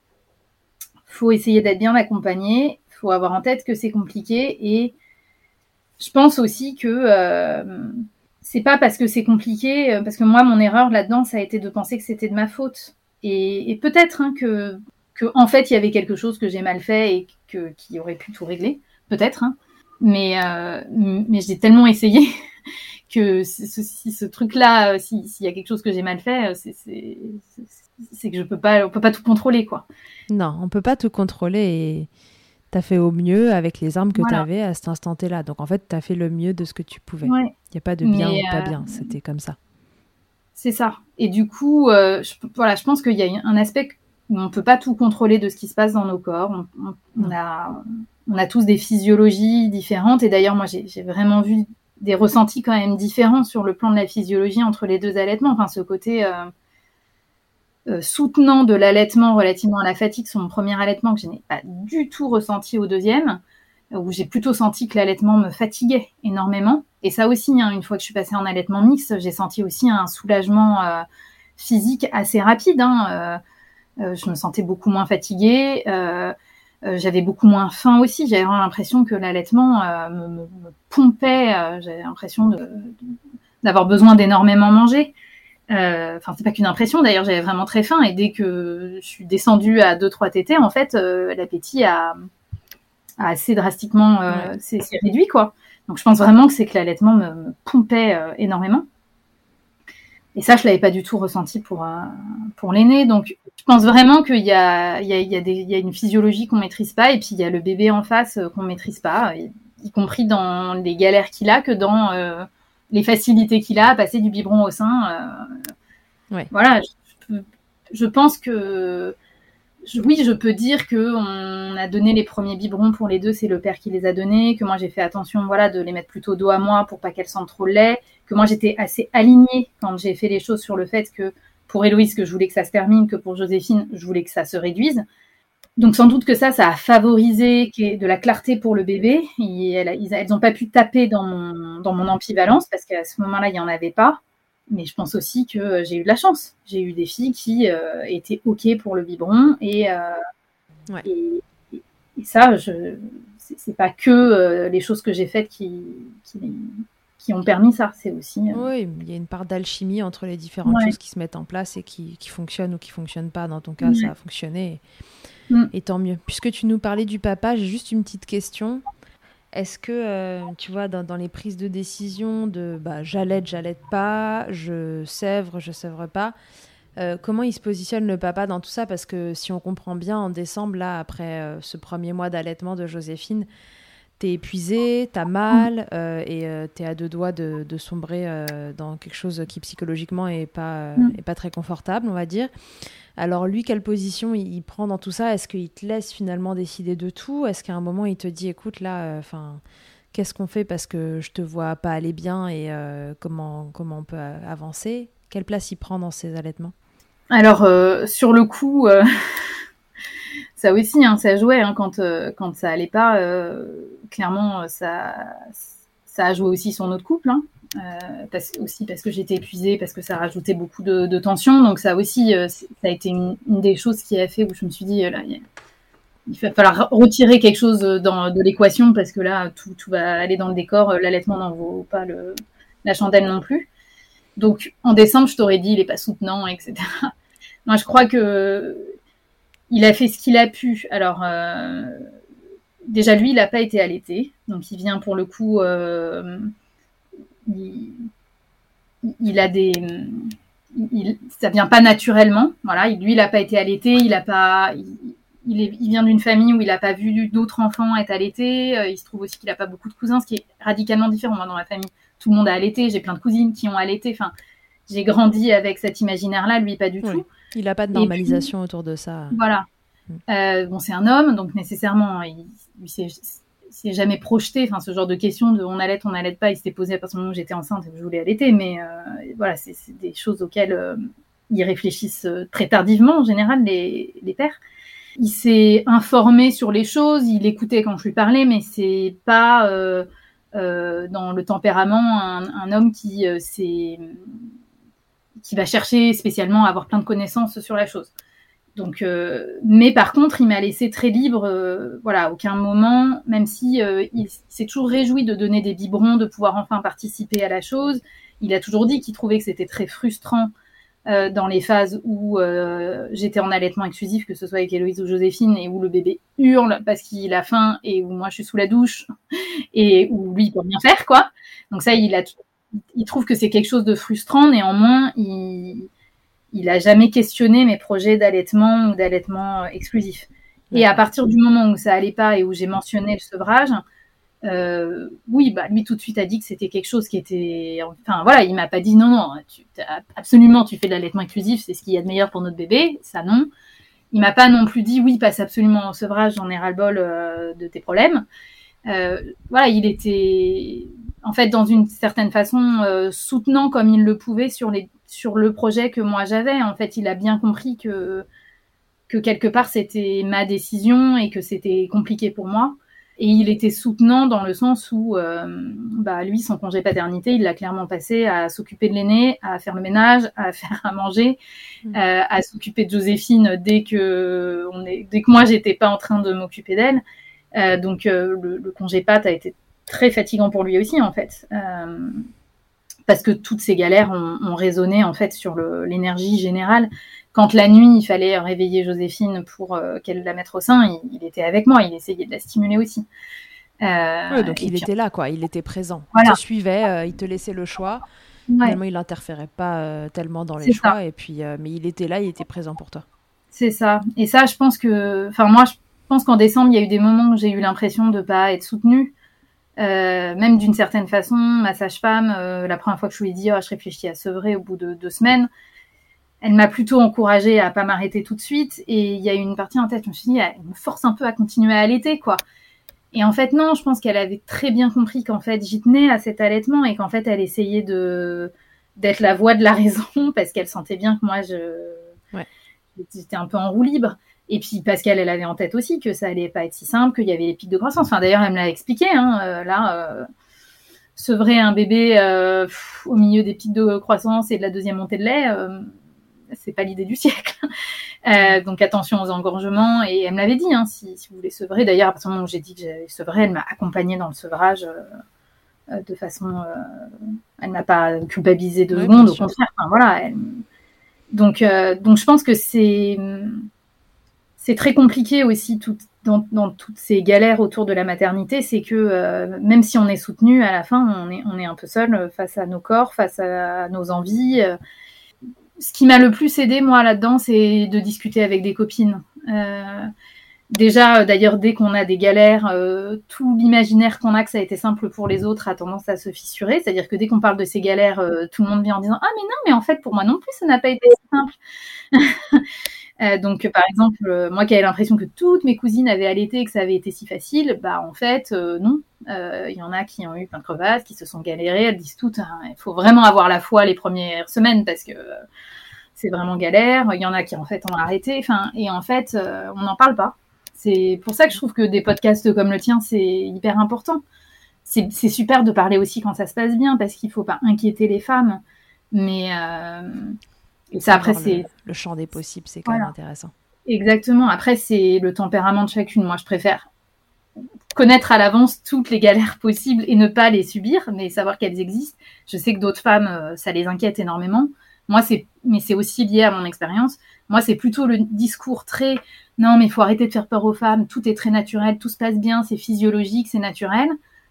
faut essayer d'être bien accompagné, faut avoir en tête que c'est compliqué et je pense aussi que euh, c'est pas parce que c'est compliqué, parce que moi, mon erreur là-dedans, ça a été de penser que c'était de ma faute. Et, et peut-être hein, que, que, en fait, il y avait quelque chose que j'ai mal fait et que, qui aurait pu tout régler. Peut-être, hein. Mais, euh, mais j'ai tellement essayé que si ce, si ce truc-là, s'il si y a quelque chose que j'ai mal fait, c'est, c'est, c'est, c'est que je peux pas, on peut pas tout contrôler, quoi. Non, on peut pas tout contrôler et t'as fait au mieux avec les armes que voilà. t'avais à cet instant là. Donc en fait, t'as fait le mieux de ce que tu pouvais. Il ouais. n'y a pas de bien mais, ou pas euh, bien, c'était comme ça. C'est ça. Et du coup, euh, je, voilà, je pense qu'il y a un aspect où on peut pas tout contrôler de ce qui se passe dans nos corps. On, on, on a On a tous des physiologies différentes. Et d'ailleurs, moi, j'ai, j'ai vraiment vu des ressentis quand même différents sur le plan de la physiologie entre les deux allaitements. Enfin, ce côté euh, euh, soutenant de l'allaitement relativement à la fatigue sur mon premier allaitement que je n'ai pas du tout ressenti au deuxième, où j'ai plutôt senti que l'allaitement me fatiguait énormément. Et ça aussi, hein, une fois que je suis passée en allaitement mixte, j'ai senti aussi un soulagement euh, physique assez rapide. Hein. Euh, euh, je me sentais beaucoup moins fatiguée. Euh, Euh, j'avais beaucoup moins faim aussi. J'avais vraiment l'impression que l'allaitement euh, me, me, me pompait. Euh, j'avais l'impression de, de, d'avoir besoin d'énormément manger. Euh, enfin, c'est pas qu'une impression. D'ailleurs, j'avais vraiment très faim. Et dès que je suis descendue à deux trois tétées, en fait, euh, l'appétit a, a assez drastiquement euh, ouais. s'est, s'est réduit, quoi. Donc, je pense vraiment que c'est que l'allaitement me, me pompait euh, énormément. Et ça, je l'avais pas du tout ressenti pour euh, pour l'aîné. Donc, je pense vraiment qu'il y a il y a il y a des il y a une physiologie qu'on maîtrise pas, et puis il y a le bébé en face euh, qu'on maîtrise pas, y, y compris dans les galères qu'il a que dans euh, les facilités qu'il a à passer du biberon au sein. Euh, ouais. Voilà, je, je pense que je, oui, je peux dire que on a donné les premiers biberons pour les deux, c'est le père qui les a donnés, que moi j'ai fait attention, voilà, de les mettre plutôt dos à moi pour pas qu'elles sentent trop le lait, que moi j'étais assez alignée quand j'ai fait les choses sur le fait que pour Héloïse, que je voulais que ça se termine, que pour Joséphine, je voulais que ça se réduise. Donc sans doute que ça, ça a favorisé de la clarté pour le bébé. Et elles n'ont pas pu taper dans mon, dans mon ambivalence parce qu'à ce moment-là, il n'y en avait pas. Mais je pense aussi que j'ai eu de la chance. J'ai eu des filles qui euh, étaient OK pour le biberon. Et, euh, ouais. et, et, et ça, je, c'est, c'est pas que euh, les choses que j'ai faites qui... qui qui ont permis ça, c'est aussi... Euh... Oui, il y a une part d'alchimie entre les différentes ouais. choses qui se mettent en place et qui, qui fonctionnent ou qui ne fonctionnent pas. Dans ton cas, ouais. ça a fonctionné, et, mm. et tant mieux. Puisque tu nous parlais du papa, j'ai juste une petite question. Est-ce que, euh, tu vois, dans, dans les prises de décision de bah, j'allaite, j'allaite pas, je sèvre, je sèvre pas, euh, comment il se positionne le papa dans tout ça ? Parce que si on comprend bien, en décembre, là, après euh, ce premier mois d'allaitement de Joséphine, t'es épuisée, t'as mal euh, et euh, t'es à deux doigts de, de sombrer euh, dans quelque chose qui psychologiquement est pas, euh, mm. est pas très confortable, on va dire. Alors lui, quelle position il, il prend dans tout ça ? Est-ce qu'il te laisse finalement décider de tout ? Est-ce qu'à un moment, il te dit, écoute, là, enfin, euh, qu'est-ce qu'on fait parce que je te vois pas aller bien et euh, comment, comment on peut avancer ? Quelle place il prend dans ses allaitements ? Alors, euh, sur le coup... Euh... Ça aussi, hein, ça jouait hein, quand euh, quand ça allait pas. Euh, clairement, ça ça a joué aussi sur notre couple, hein, euh, parce, aussi parce que j'étais épuisée, parce que ça rajoutait beaucoup de, de tension. Donc ça aussi, euh, ça a été une, une des choses qui a fait où je me suis dit là, il, il va falloir retirer quelque chose dans, de l'équation parce que là, tout tout va aller dans le décor. L'allaitement n'en vaut pas le, la chandelle non plus. Donc en décembre, je t'aurais dit, il est pas soutenant, et cetera. Moi, je crois que il a fait ce qu'il a pu. Alors, euh, déjà, lui, il n'a pas été allaité. Donc, il vient pour le coup... Euh, il, il a des, il, ça vient pas naturellement. Voilà, lui, il a pas été allaité, il a pas, il, il, est, il vient d'une famille où il a pas vu d'autres enfants être allaités. Il se trouve aussi qu'il a pas beaucoup de cousins, ce qui est radicalement différent. Moi, dans ma famille, tout le monde a allaité. J'ai plein de cousines qui ont allaité. Enfin, j'ai grandi avec cet imaginaire-là, lui, pas du oui. tout. Il a pas de normalisation puis, autour de ça. Voilà. Euh, bon, c'est un homme, donc nécessairement, il, il s'est, s'est jamais projeté. Enfin, ce genre de questions de on allaite, on n'allaite pas, il s'était posé à partir du moment où j'étais enceinte et que je voulais allaiter. Mais euh, voilà, c'est, c'est des choses auxquelles euh, ils réfléchissent très tardivement, en général, les, les pères. Il s'est informé sur les choses, il écoutait quand je lui parlais, mais c'est pas euh, euh, dans le tempérament un, un homme qui, euh, c'est, qui va chercher spécialement à avoir plein de connaissances sur la chose. Donc, euh, mais par contre, il m'a laissé très libre, euh, voilà, à aucun moment, même si euh, il s'est toujours réjoui de donner des biberons, de pouvoir enfin participer à la chose. Il a toujours dit qu'il trouvait que c'était très frustrant euh, dans les phases où euh, j'étais en allaitement exclusif, que ce soit avec Héloïse ou Joséphine, et où le bébé hurle parce qu'il a faim et où moi je suis sous la douche et où lui il peut rien faire, quoi. Donc ça, il a, il trouve que c'est quelque chose de frustrant. Néanmoins, il Il a jamais questionné mes projets d'allaitement ou d'allaitement exclusif. Et à partir du moment où ça allait pas et où j'ai mentionné le sevrage, euh, oui, bah lui tout de suite a dit que c'était quelque chose qui était, enfin voilà, il m'a pas dit non non, tu, absolument tu fais de l'allaitement exclusif, c'est ce qu'il y a de meilleur pour notre bébé, ça non. Il m'a pas non plus dit oui, passe absolument au sevrage, j'en ai ras-le-bol euh, de tes problèmes. Euh, voilà, il était en fait dans une certaine façon euh, soutenant comme il le pouvait sur les sur le projet que moi j'avais. En fait, il a bien compris que, que quelque part, c'était ma décision et que c'était compliqué pour moi. Et il était soutenant dans le sens où, euh, bah, lui, son congé paternité, il l'a clairement passé à s'occuper de l'aîné, à faire le ménage, à faire à manger, mmh. euh, à s'occuper de Joséphine dès que, on est, dès que moi, j'étais pas en train de m'occuper d'elle. Euh, donc, euh, le, le congé pat a été très fatigant pour lui aussi, en fait. Euh, parce que toutes ces galères ont, ont résonné en fait sur le, l'énergie générale. Quand la nuit, il fallait réveiller Joséphine pour euh, qu'elle la mette au sein, il, il était avec moi, il essayait de la stimuler aussi. Euh, ouais, donc il puis, était là, quoi. Il était présent. Voilà. Il te suivait, euh, il te laissait le choix. Ouais. Finalement, il n'interférait pas euh, tellement dans les C'est choix, et puis, euh, mais il était là, il était présent pour toi. C'est ça. Et ça, je pense que... Enfin, moi, je pense qu'en décembre, il y a eu des moments où j'ai eu l'impression de ne pas être soutenue. Euh, même d'une certaine façon, ma sage-femme, euh, la première fois que je lui ai dit oh, je réfléchis à sevrer au bout de deux semaines, elle m'a plutôt encouragée à pas m'arrêter tout de suite. Et il y a eu une partie en tête, je me suis dit elle me force un peu à continuer à allaiter, quoi. Et en fait non, je pense qu'elle avait très bien compris qu'en fait j'y tenais à cet allaitement et qu'en fait elle essayait de d'être la voix de la raison parce qu'elle sentait bien que moi je ouais. j'étais un peu en roue libre. Et puis parce qu'elle elle avait en tête aussi que ça allait pas être si simple, qu'il y avait les pics de croissance. Enfin d'ailleurs elle me l'a expliqué. Hein, euh, là, euh, sevrer un bébé euh, pff, au milieu des pics de croissance et de la deuxième montée de lait, euh, c'est pas l'idée du siècle. euh, donc attention aux engorgements. Et elle me l'avait dit. Hein, si, si vous voulez sevrer, d'ailleurs à partir du moment où j'ai dit que j'allais sevrer, elle m'a accompagnée dans le sevrage euh, de façon. Euh, elle m'a pas culpabilisé deux ouais, secondes. Au contraire. Enfin, voilà. Elle... Donc euh, donc je pense que c'est C'est très compliqué aussi tout, dans, dans toutes ces galères autour de la maternité, c'est que euh, même si on est soutenu, à la fin, on est, on est un peu seul face à nos corps, face à nos envies. Ce qui m'a le plus aidé, moi, là-dedans, c'est de discuter avec des copines. Euh, déjà, d'ailleurs, dès qu'on a des galères, euh, tout l'imaginaire qu'on a que ça a été simple pour les autres a tendance à se fissurer. C'est-à-dire que dès qu'on parle de ces galères, euh, tout le monde vient en disant « Ah, mais non, mais en fait, pour moi non plus, ça n'a pas été si simple. » Euh, donc, par exemple, euh, moi qui avais l'impression que toutes mes cousines avaient allaité et que ça avait été si facile, bah en fait, euh, non. Il euh, y en a qui ont eu plein de crevasses, qui se sont galérées. Elles disent toutes, il hein, faut vraiment avoir la foi les premières semaines parce que euh, c'est vraiment galère. Il y en a qui en fait ont arrêté. Enfin, et en fait, euh, on n'en parle pas. C'est pour ça que je trouve que des podcasts comme le tien, c'est hyper important. C'est, c'est super de parler aussi quand ça se passe bien parce qu'il faut pas inquiéter les femmes, mais euh, Et ça, après, c'est... Le, le champ des possibles, c'est quand voilà. même intéressant. Exactement. Après, c'est le tempérament de chacune. Moi, je préfère connaître à l'avance toutes les galères possibles et ne pas les subir, mais savoir qu'elles existent. Je sais que d'autres femmes, ça les inquiète énormément. Moi, c'est... Mais c'est aussi lié à mon expérience. Moi, c'est plutôt le discours très... Non, mais il faut arrêter de faire peur aux femmes. Tout est très naturel. Tout se passe bien. C'est physiologique. C'est naturel.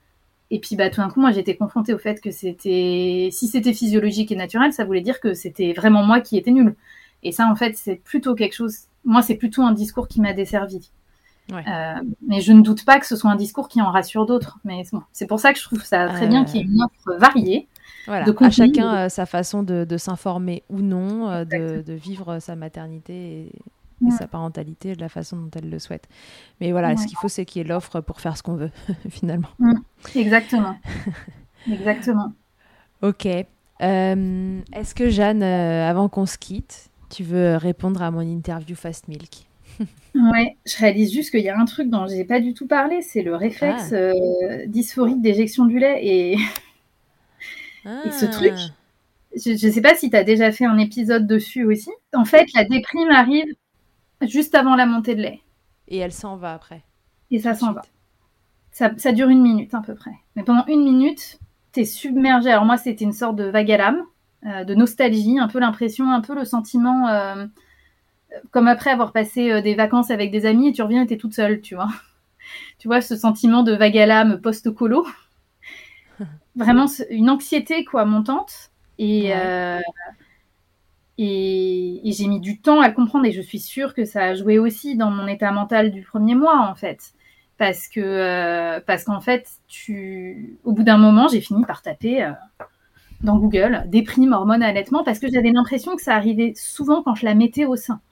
Et puis, bah, tout d'un coup, moi, j'étais confrontée au fait que c'était, si c'était physiologique et naturel, ça voulait dire que c'était vraiment moi qui étais nulle. Et ça, en fait, c'est plutôt quelque chose, moi, c'est plutôt un discours qui m'a desservie. Ouais. Euh, mais je ne doute pas que ce soit un discours qui en rassure d'autres. Mais bon, c'est pour ça que je trouve ça très euh... bien qu'il y ait une offre variée. Voilà, de à chacun euh, sa façon de, de s'informer ou non, euh, de, de vivre sa maternité et, et ouais. sa parentalité de la façon dont elle le souhaite. Mais voilà, ouais. ce qu'il faut, c'est qu'il y ait l'offre pour faire ce qu'on veut, finalement. Mmh. Exactement. Exactement. Ok. Euh, est-ce que Jeanne, euh, avant qu'on se quitte, tu veux répondre à mon interview Fast Milk? Ouais, je réalise juste qu'il y a un truc dont j'ai pas du tout parlé, c'est le réflexe ah. euh, dysphorique d'éjection du lait et... Ah. Et ce truc, je ne sais pas si tu as déjà fait un épisode dessus aussi. En fait, la déprime arrive juste avant la montée de lait. Et elle s'en va après. Et ça s'en va. Ça, ça dure une minute à peu près. Mais pendant une minute, tu es submergé. Alors moi, c'était une sorte de vague à l'âme, euh, de nostalgie, un peu l'impression, un peu le sentiment, euh, comme après avoir passé euh, des vacances avec des amis et tu reviens et tu es toute seule, tu vois. Tu vois, ce sentiment de vague à l'âme post-colo. Vraiment une anxiété quoi montante et, ouais. euh, et et j'ai mis du temps à le comprendre et je suis sûre que ça a joué aussi dans mon état mental du premier mois en fait parce que euh, parce qu'en fait tu au bout d'un moment j'ai fini par taper euh, dans Google déprime hormones allaitement parce que j'avais l'impression que ça arrivait souvent quand je la mettais au sein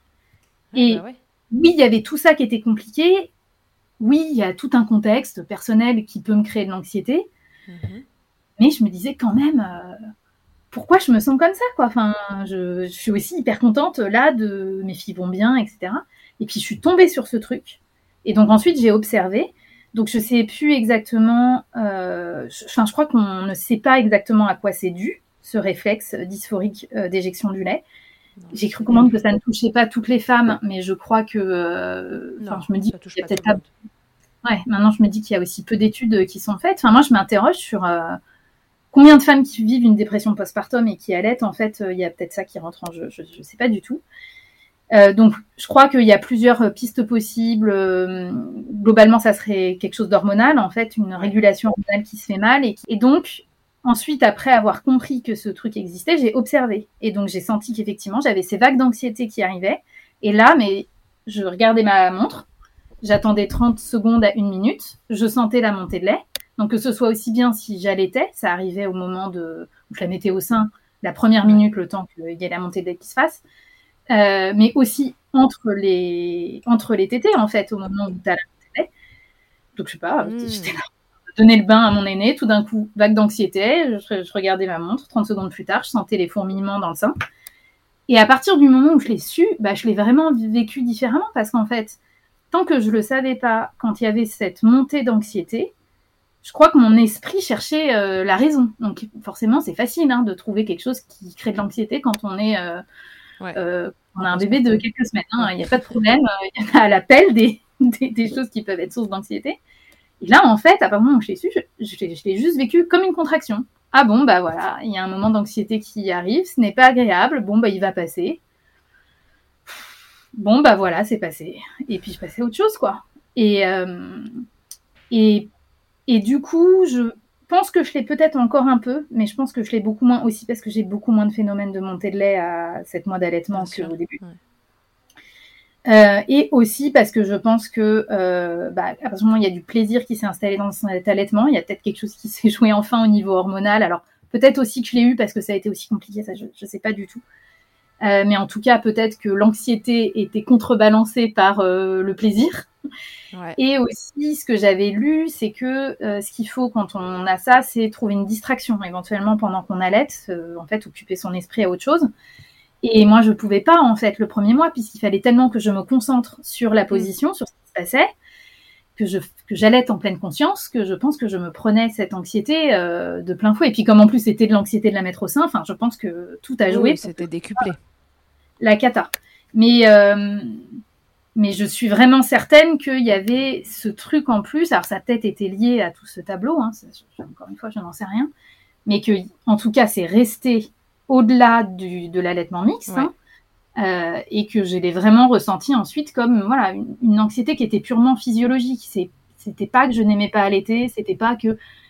et ah bah ouais. oui il y avait tout ça qui était compliqué, oui il y a tout un contexte personnel qui peut me créer de l'anxiété. Mm-hmm. Mais je me disais quand même, euh, pourquoi je me sens comme ça, quoi. Enfin, je, je suis aussi hyper contente là de mes filles vont bien, et cetera. Et puis je suis tombée sur ce truc. Et donc ensuite j'ai observé. Donc je sais plus exactement. Euh, je, enfin, je crois qu'on ne sait pas exactement à quoi c'est dû ce réflexe dysphorique euh, d'éjection du lait. Non, j'ai cru comprendre que ça ne touchait pas toutes les femmes, mais je crois que. Euh, non, je me dis qu'il y a peut-être pas. Ouais, maintenant je me dis qu'il y a aussi peu d'études qui sont faites. Enfin, moi je m'interroge sur. Euh, Combien de femmes qui vivent une dépression postpartum et qui allaitent, en fait, il euh, y a peut-être ça qui rentre en jeu, je ne sais pas du tout. Euh, donc, je crois qu'il y a plusieurs pistes possibles. Euh, globalement, ça serait quelque chose d'hormonal, en fait, une régulation hormonale qui se fait mal. Et, et donc, ensuite, après avoir compris que ce truc existait, j'ai observé. Et donc, j'ai senti qu'effectivement, j'avais ces vagues d'anxiété qui arrivaient. Et là, mais je regardais ma montre, j'attendais trente secondes à une minute, je sentais la montée de lait. Donc, que ce soit aussi bien si j'allaitais, ça arrivait au moment de, où je la mettais au sein, la première minute, le temps qu'il y ait la montée de lait qui se fasse, euh, mais aussi entre les, entre les tétés, en fait, au moment où tu as la montée de lait. Donc, je sais pas, mmh. j'étais là, je donnais le bain à mon aîné, tout d'un coup, vague d'anxiété, je, je regardais ma montre, trente secondes plus tard, je sentais les fourmillements dans le sein. Et à partir du moment où je l'ai su, bah, je l'ai vraiment vécu différemment, parce qu'en fait, tant que je le savais pas, quand il y avait cette montée d'anxiété, je crois que mon esprit cherchait euh, la raison. Donc forcément, c'est facile hein, de trouver quelque chose qui crée de l'anxiété quand on est, euh, ouais. euh, on a un bébé de quelques semaines. Il hein, n'y a pas de problème. Il y en a à l'appel des, des, des choses qui peuvent être source d'anxiété. Et là, en fait, à partir du moment où je l'ai su, je, je, l'ai, je l'ai juste vécu comme une contraction. Ah bon, bah voilà, il y a un moment d'anxiété qui arrive, ce n'est pas agréable. Bon, bah il va passer. Bon, bah voilà, c'est passé. Et puis je passais à autre chose, quoi. Et euh, et Et du coup, je pense que je l'ai peut-être encore un peu, mais je pense que je l'ai beaucoup moins aussi parce que j'ai beaucoup moins de phénomènes de montée de lait à sept mois d'allaitement qu'au début. Ouais. Euh, et aussi parce que je pense que euh, bah, à partir du moment où il y a du plaisir qui s'est installé dans cet allaitement, il y a peut-être quelque chose qui s'est joué enfin au niveau hormonal. Alors peut-être aussi que je l'ai eu parce que ça a été aussi compliqué, ça je ne sais pas du tout. Euh, mais en tout cas, peut-être que l'anxiété était contrebalancée par euh, le plaisir. Ouais. Et aussi, ce que j'avais lu, c'est que euh, ce qu'il faut quand on a ça, c'est trouver une distraction, éventuellement pendant qu'on allaite, euh, en fait, occuper son esprit à autre chose. Et moi, je pouvais pas, en fait, le premier mois, puisqu'il fallait tellement que je me concentre sur la position, mmh. sur ce qui se passait, que, je, que j'allaite en pleine conscience, que je pense que je me prenais cette anxiété euh, de plein fouet. Et puis, comme en plus, c'était de l'anxiété de la mettre au sein, enfin, je pense que tout a joué. Oui, c'était décuplé. La cata. Mais... Euh, Mais je suis vraiment certaine qu'il y avait ce truc en plus. Alors, ça a peut-être été lié à tout ce tableau. Hein, ça, encore une fois, je n'en sais rien. Mais que, en tout cas, c'est resté au-delà du, de l'allaitement mixte. Ouais. Hein, euh, et que je l'ai vraiment ressenti ensuite comme voilà, une, une anxiété qui était purement physiologique. C'est, c'était pas que je n'aimais pas allaiter. C'était pas que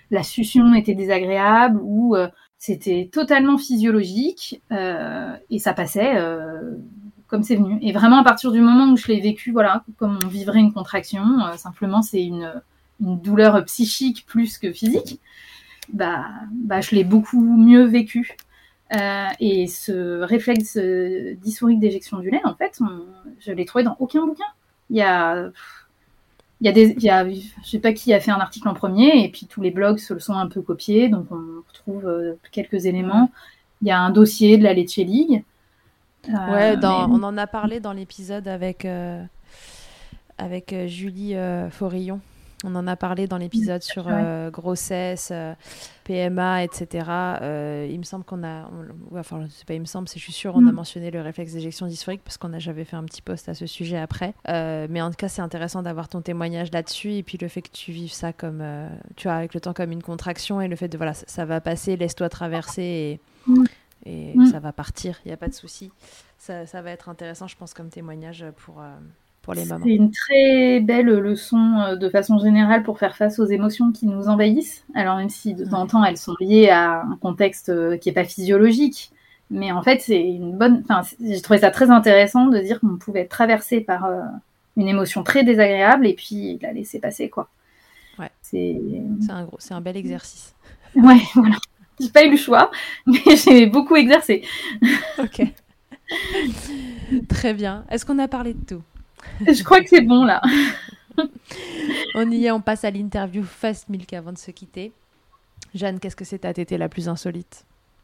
la succion était désagréable ou euh, c'était totalement physiologique euh, et ça passait euh, comme c'est venu. Et vraiment, à partir du moment où je l'ai vécu, voilà, comme on vivrait une contraction, euh, simplement c'est une, une douleur psychique plus que physique, bah, bah je l'ai beaucoup mieux vécu. Euh, et ce réflexe euh, dysphorique d'éjection du lait, en fait, on, je l'ai trouvé dans aucun bouquin. Il y a... Il y a des, il y a, je sais pas qui a fait un article en premier, et puis tous les blogs se le sont un peu copiés, donc on retrouve euh, quelques éléments. Il y a un dossier de la Leche League. Euh, ouais, dans, mais... on en a parlé dans l'épisode avec, euh, avec euh, Julie euh, Forillon. On en a parlé dans l'épisode sur euh, grossesse, euh, P M A, et cetera. Euh, il me semble qu'on a... On, ouais, enfin, c'est pas il me semble, c'est je suis sûre, on mm. a mentionné le réflexe d'éjection dysphorique parce qu'on a, j'avais fait un petit post à ce sujet après. Euh, mais en tout cas, c'est intéressant d'avoir ton témoignage là-dessus et puis le fait que tu vives ça comme... Euh, tu vois, avec le temps comme une contraction et le fait de, voilà, ça, ça va passer, laisse-toi traverser et, mm. et mm. ça va partir, il n'y a pas de souci. Ça, ça va être intéressant, je pense, comme témoignage pour... Euh, pour les mamans. C'est une très belle leçon de façon générale pour faire face aux émotions qui nous envahissent. Alors même si de temps en temps elles sont liées à un contexte qui n'est pas physiologique, mais en fait c'est une bonne. Enfin, j'ai trouvé ça très intéressant de dire qu'on pouvait être traversé par euh, une émotion très désagréable et puis la laisser passer, quoi. Ouais. C'est, c'est un gros, c'est un bel exercice. Ouais, voilà. J'ai pas eu le choix, mais j'ai beaucoup exercé. Ok. Très bien. Est-ce qu'on a parlé de tout? Je crois que c'est bon, là. On y est, on passe à l'interview Fast Milk avant de se quitter. Jeanne, qu'est-ce que c'est ta tétée la plus insolite?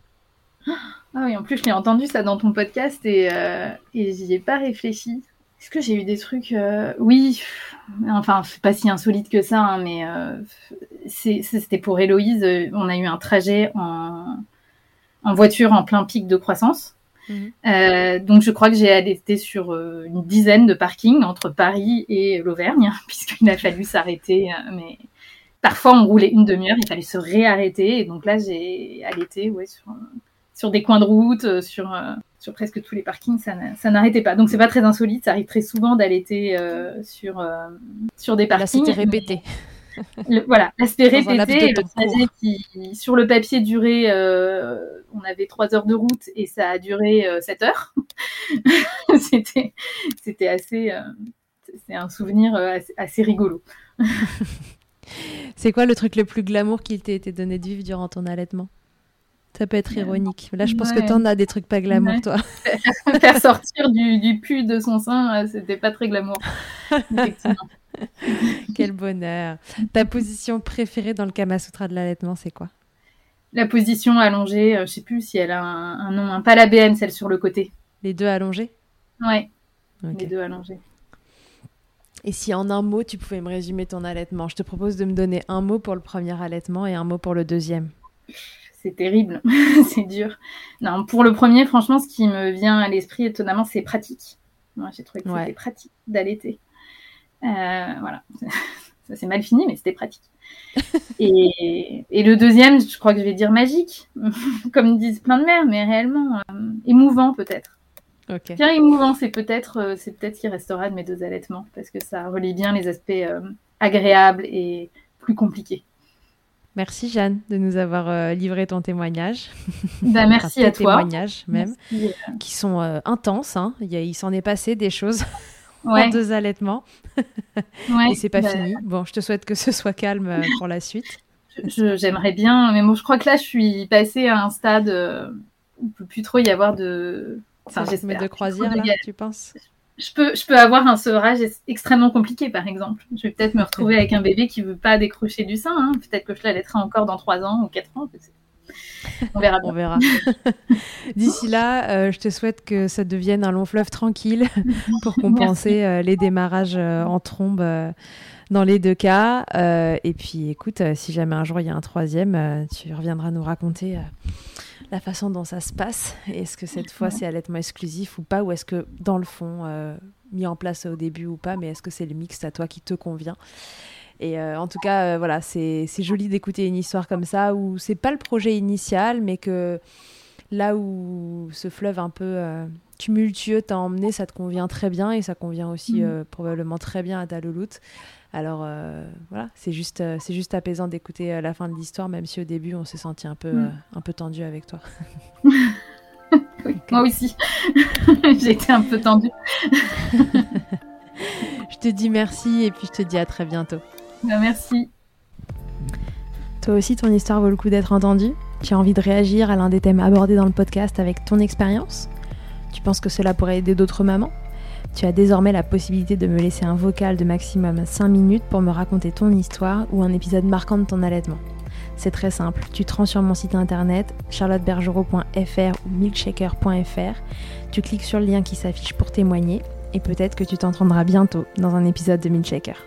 Ah oui, en plus, je l'ai entendu ça dans ton podcast et, euh, et j'y ai pas réfléchi. Est-ce que j'ai eu des trucs... euh... Oui, enfin, c'est pas si insolite que ça, hein, mais euh, c'est, c'était pour Héloïse. On a eu un trajet en, en voiture en plein pic de croissance. Mmh. Euh, donc je crois que j'ai allaité sur euh, une dizaine de parkings entre Paris et l'Auvergne, puisqu'il a fallu s'arrêter, euh, mais parfois on roulait une demi-heure, il fallait se réarrêter, et donc là j'ai allaité ouais, sur, sur des coins de route, euh, sur, euh, sur presque tous les parkings, ça, ça n'arrêtait pas. Donc c'est pas très insolite, ça arrive très souvent d'allaiter euh, sur, euh, sur des parkings. Là c'était répété. Mais... Le, voilà, l'aspect répété, le trajet qui, sur le papier, durait, euh, on avait trois heures de route et ça a duré euh, sept heures. c'était, c'était assez, euh, c'est un souvenir euh, assez, assez rigolo. C'est quoi le truc le plus glamour qu'il t'ait été donné de vivre durant ton allaitement? Ça peut être ironique. Là, je pense ouais. que t'en as des trucs pas glamour, ouais. toi. Faire sortir du, du pu de son sein, c'était pas très glamour. Effectivement. Quel bonheur. Ta position préférée dans le Kama Sutra de l'allaitement, c'est quoi? La position allongée, euh, je sais plus si elle a un, un nom, hein. Pas la B N, celle sur le côté. Les deux allongés? Ouais, okay. Les deux allongés. Et si en un mot, tu pouvais me résumer ton allaitement? Je te propose de me donner un mot pour le premier allaitement et un mot pour le deuxième. C'est terrible, c'est dur. Non, pour le premier, franchement, ce qui me vient à l'esprit étonnamment, c'est pratique. Moi, j'ai trouvé que ouais. c'était pratique d'allaiter. Euh, voilà, ça c'est mal fini, mais c'était pratique. et, et le deuxième, je crois que je vais dire magique, comme disent plein de mères, mais réellement euh, émouvant peut-être. Okay. Bien émouvant, c'est peut-être, euh, c'est peut-être ce qui restera de mes deux allaitements, parce que ça relie bien les aspects euh, agréables et plus compliqués. Merci Jeanne de nous avoir euh, livré ton témoignage. Bah, merci enfin, à toi. Témoignages même, merci. Qui sont euh, intenses. Hein. Il, y a, il s'en est passé des choses. Ouais. En deux allaitements. Ouais, et c'est pas bah... fini. Bon, je te souhaite que ce soit calme euh, pour la suite. Je, j'aimerais bien, mais bon, je crois que là, je suis passée à un stade euh, où il ne peut plus trop y avoir de... Enfin, j'espère. de croisière, là, tu penses? je peux, je peux avoir un sevrage extrêmement compliqué, par exemple. Je vais peut-être me retrouver avec un bébé qui ne veut pas décrocher du sein. Hein. Peut-être que je l'allaiterai encore dans trois ans ou quatre ans. On verra bien. On verra. D'ici là, euh, je te souhaite que ça devienne un long fleuve tranquille pour compenser euh, les démarrages euh, en trombe euh, dans les deux cas. Euh, et puis, écoute, euh, si jamais un jour il y a un troisième, euh, tu reviendras nous raconter euh, la façon dont ça se passe. Est-ce que cette fois, c'est allaitement exclusif ou pas? Ou est-ce que, dans le fond, euh, mis en place au début ou pas, mais est-ce que c'est le mix à toi qui te convient? Et euh, en tout cas, euh, voilà, c'est, c'est joli d'écouter une histoire comme ça où c'est pas le projet initial, mais que là où ce fleuve un peu euh, tumultueux t'a emmené, ça te convient très bien et ça convient aussi Mmh. euh, probablement très bien à ta louloute. Alors euh, voilà, c'est juste, euh, c'est juste apaisant d'écouter euh, la fin de l'histoire, même si au début on s'est senti un peu, Mmh. euh, un peu tendu avec toi. Oui, moi aussi. J'ai été un peu tendue. Je te dis merci et puis je te dis à très bientôt. Ben, merci. Toi aussi, ton histoire vaut le coup d'être entendue? Tu as envie de réagir à l'un des thèmes abordés dans le podcast avec ton expérience? Tu penses que cela pourrait aider d'autres mamans? Tu as désormais la possibilité de me laisser un vocal de maximum cinq minutes pour me raconter ton histoire ou un épisode marquant de ton allaitement. C'est très simple, tu te rends sur mon site internet charlotte bergerot point f r ou milkshaker point f r, tu cliques sur le lien qui s'affiche pour témoigner et peut-être que tu t'entendras bientôt dans un épisode de Milkshaker.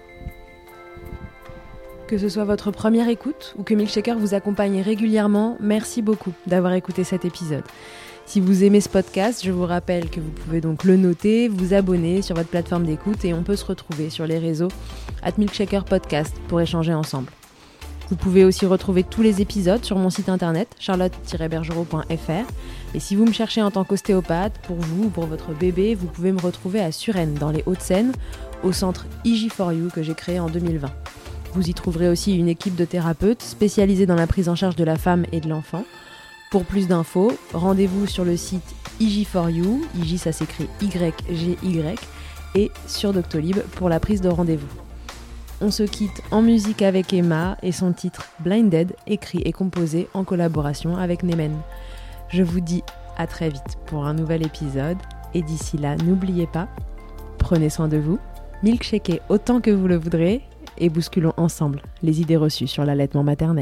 Que ce soit votre première écoute ou que Milkshaker vous accompagne régulièrement, merci beaucoup d'avoir écouté cet épisode. Si vous aimez ce podcast, je vous rappelle que vous pouvez donc le noter, vous abonner sur votre plateforme d'écoute et on peut se retrouver sur les réseaux arobase milkshaker podcast pour échanger ensemble. Vous pouvez aussi retrouver tous les épisodes sur mon site internet charlotte tiret bergerot point f r et si vous me cherchez en tant qu'ostéopathe, pour vous ou pour votre bébé, vous pouvez me retrouver à Suresnes dans les Hauts-de-Seine au centre I J four You que j'ai créé en deux mille vingt. Vous y trouverez aussi une équipe de thérapeutes spécialisés dans la prise en charge de la femme et de l'enfant. Pour plus d'infos, rendez-vous sur le site I J four You, I J ça s'écrit Y G Y, et sur Doctolib pour la prise de rendez-vous. On se quitte en musique avec Emma et son titre Blinded, écrit et composé en collaboration avec Nemen. Je vous dis à très vite pour un nouvel épisode, et d'ici là, n'oubliez pas, prenez soin de vous, milkshakez autant que vous le voudrez, et bousculons ensemble les idées reçues sur l'allaitement maternel.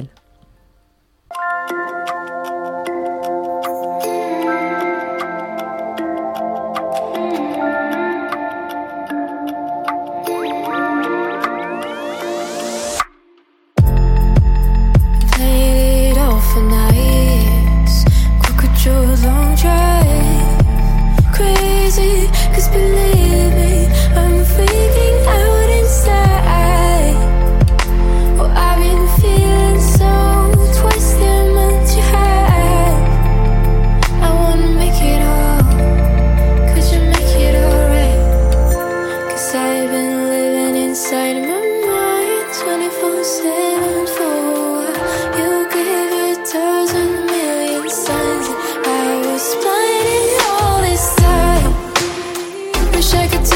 Wish I could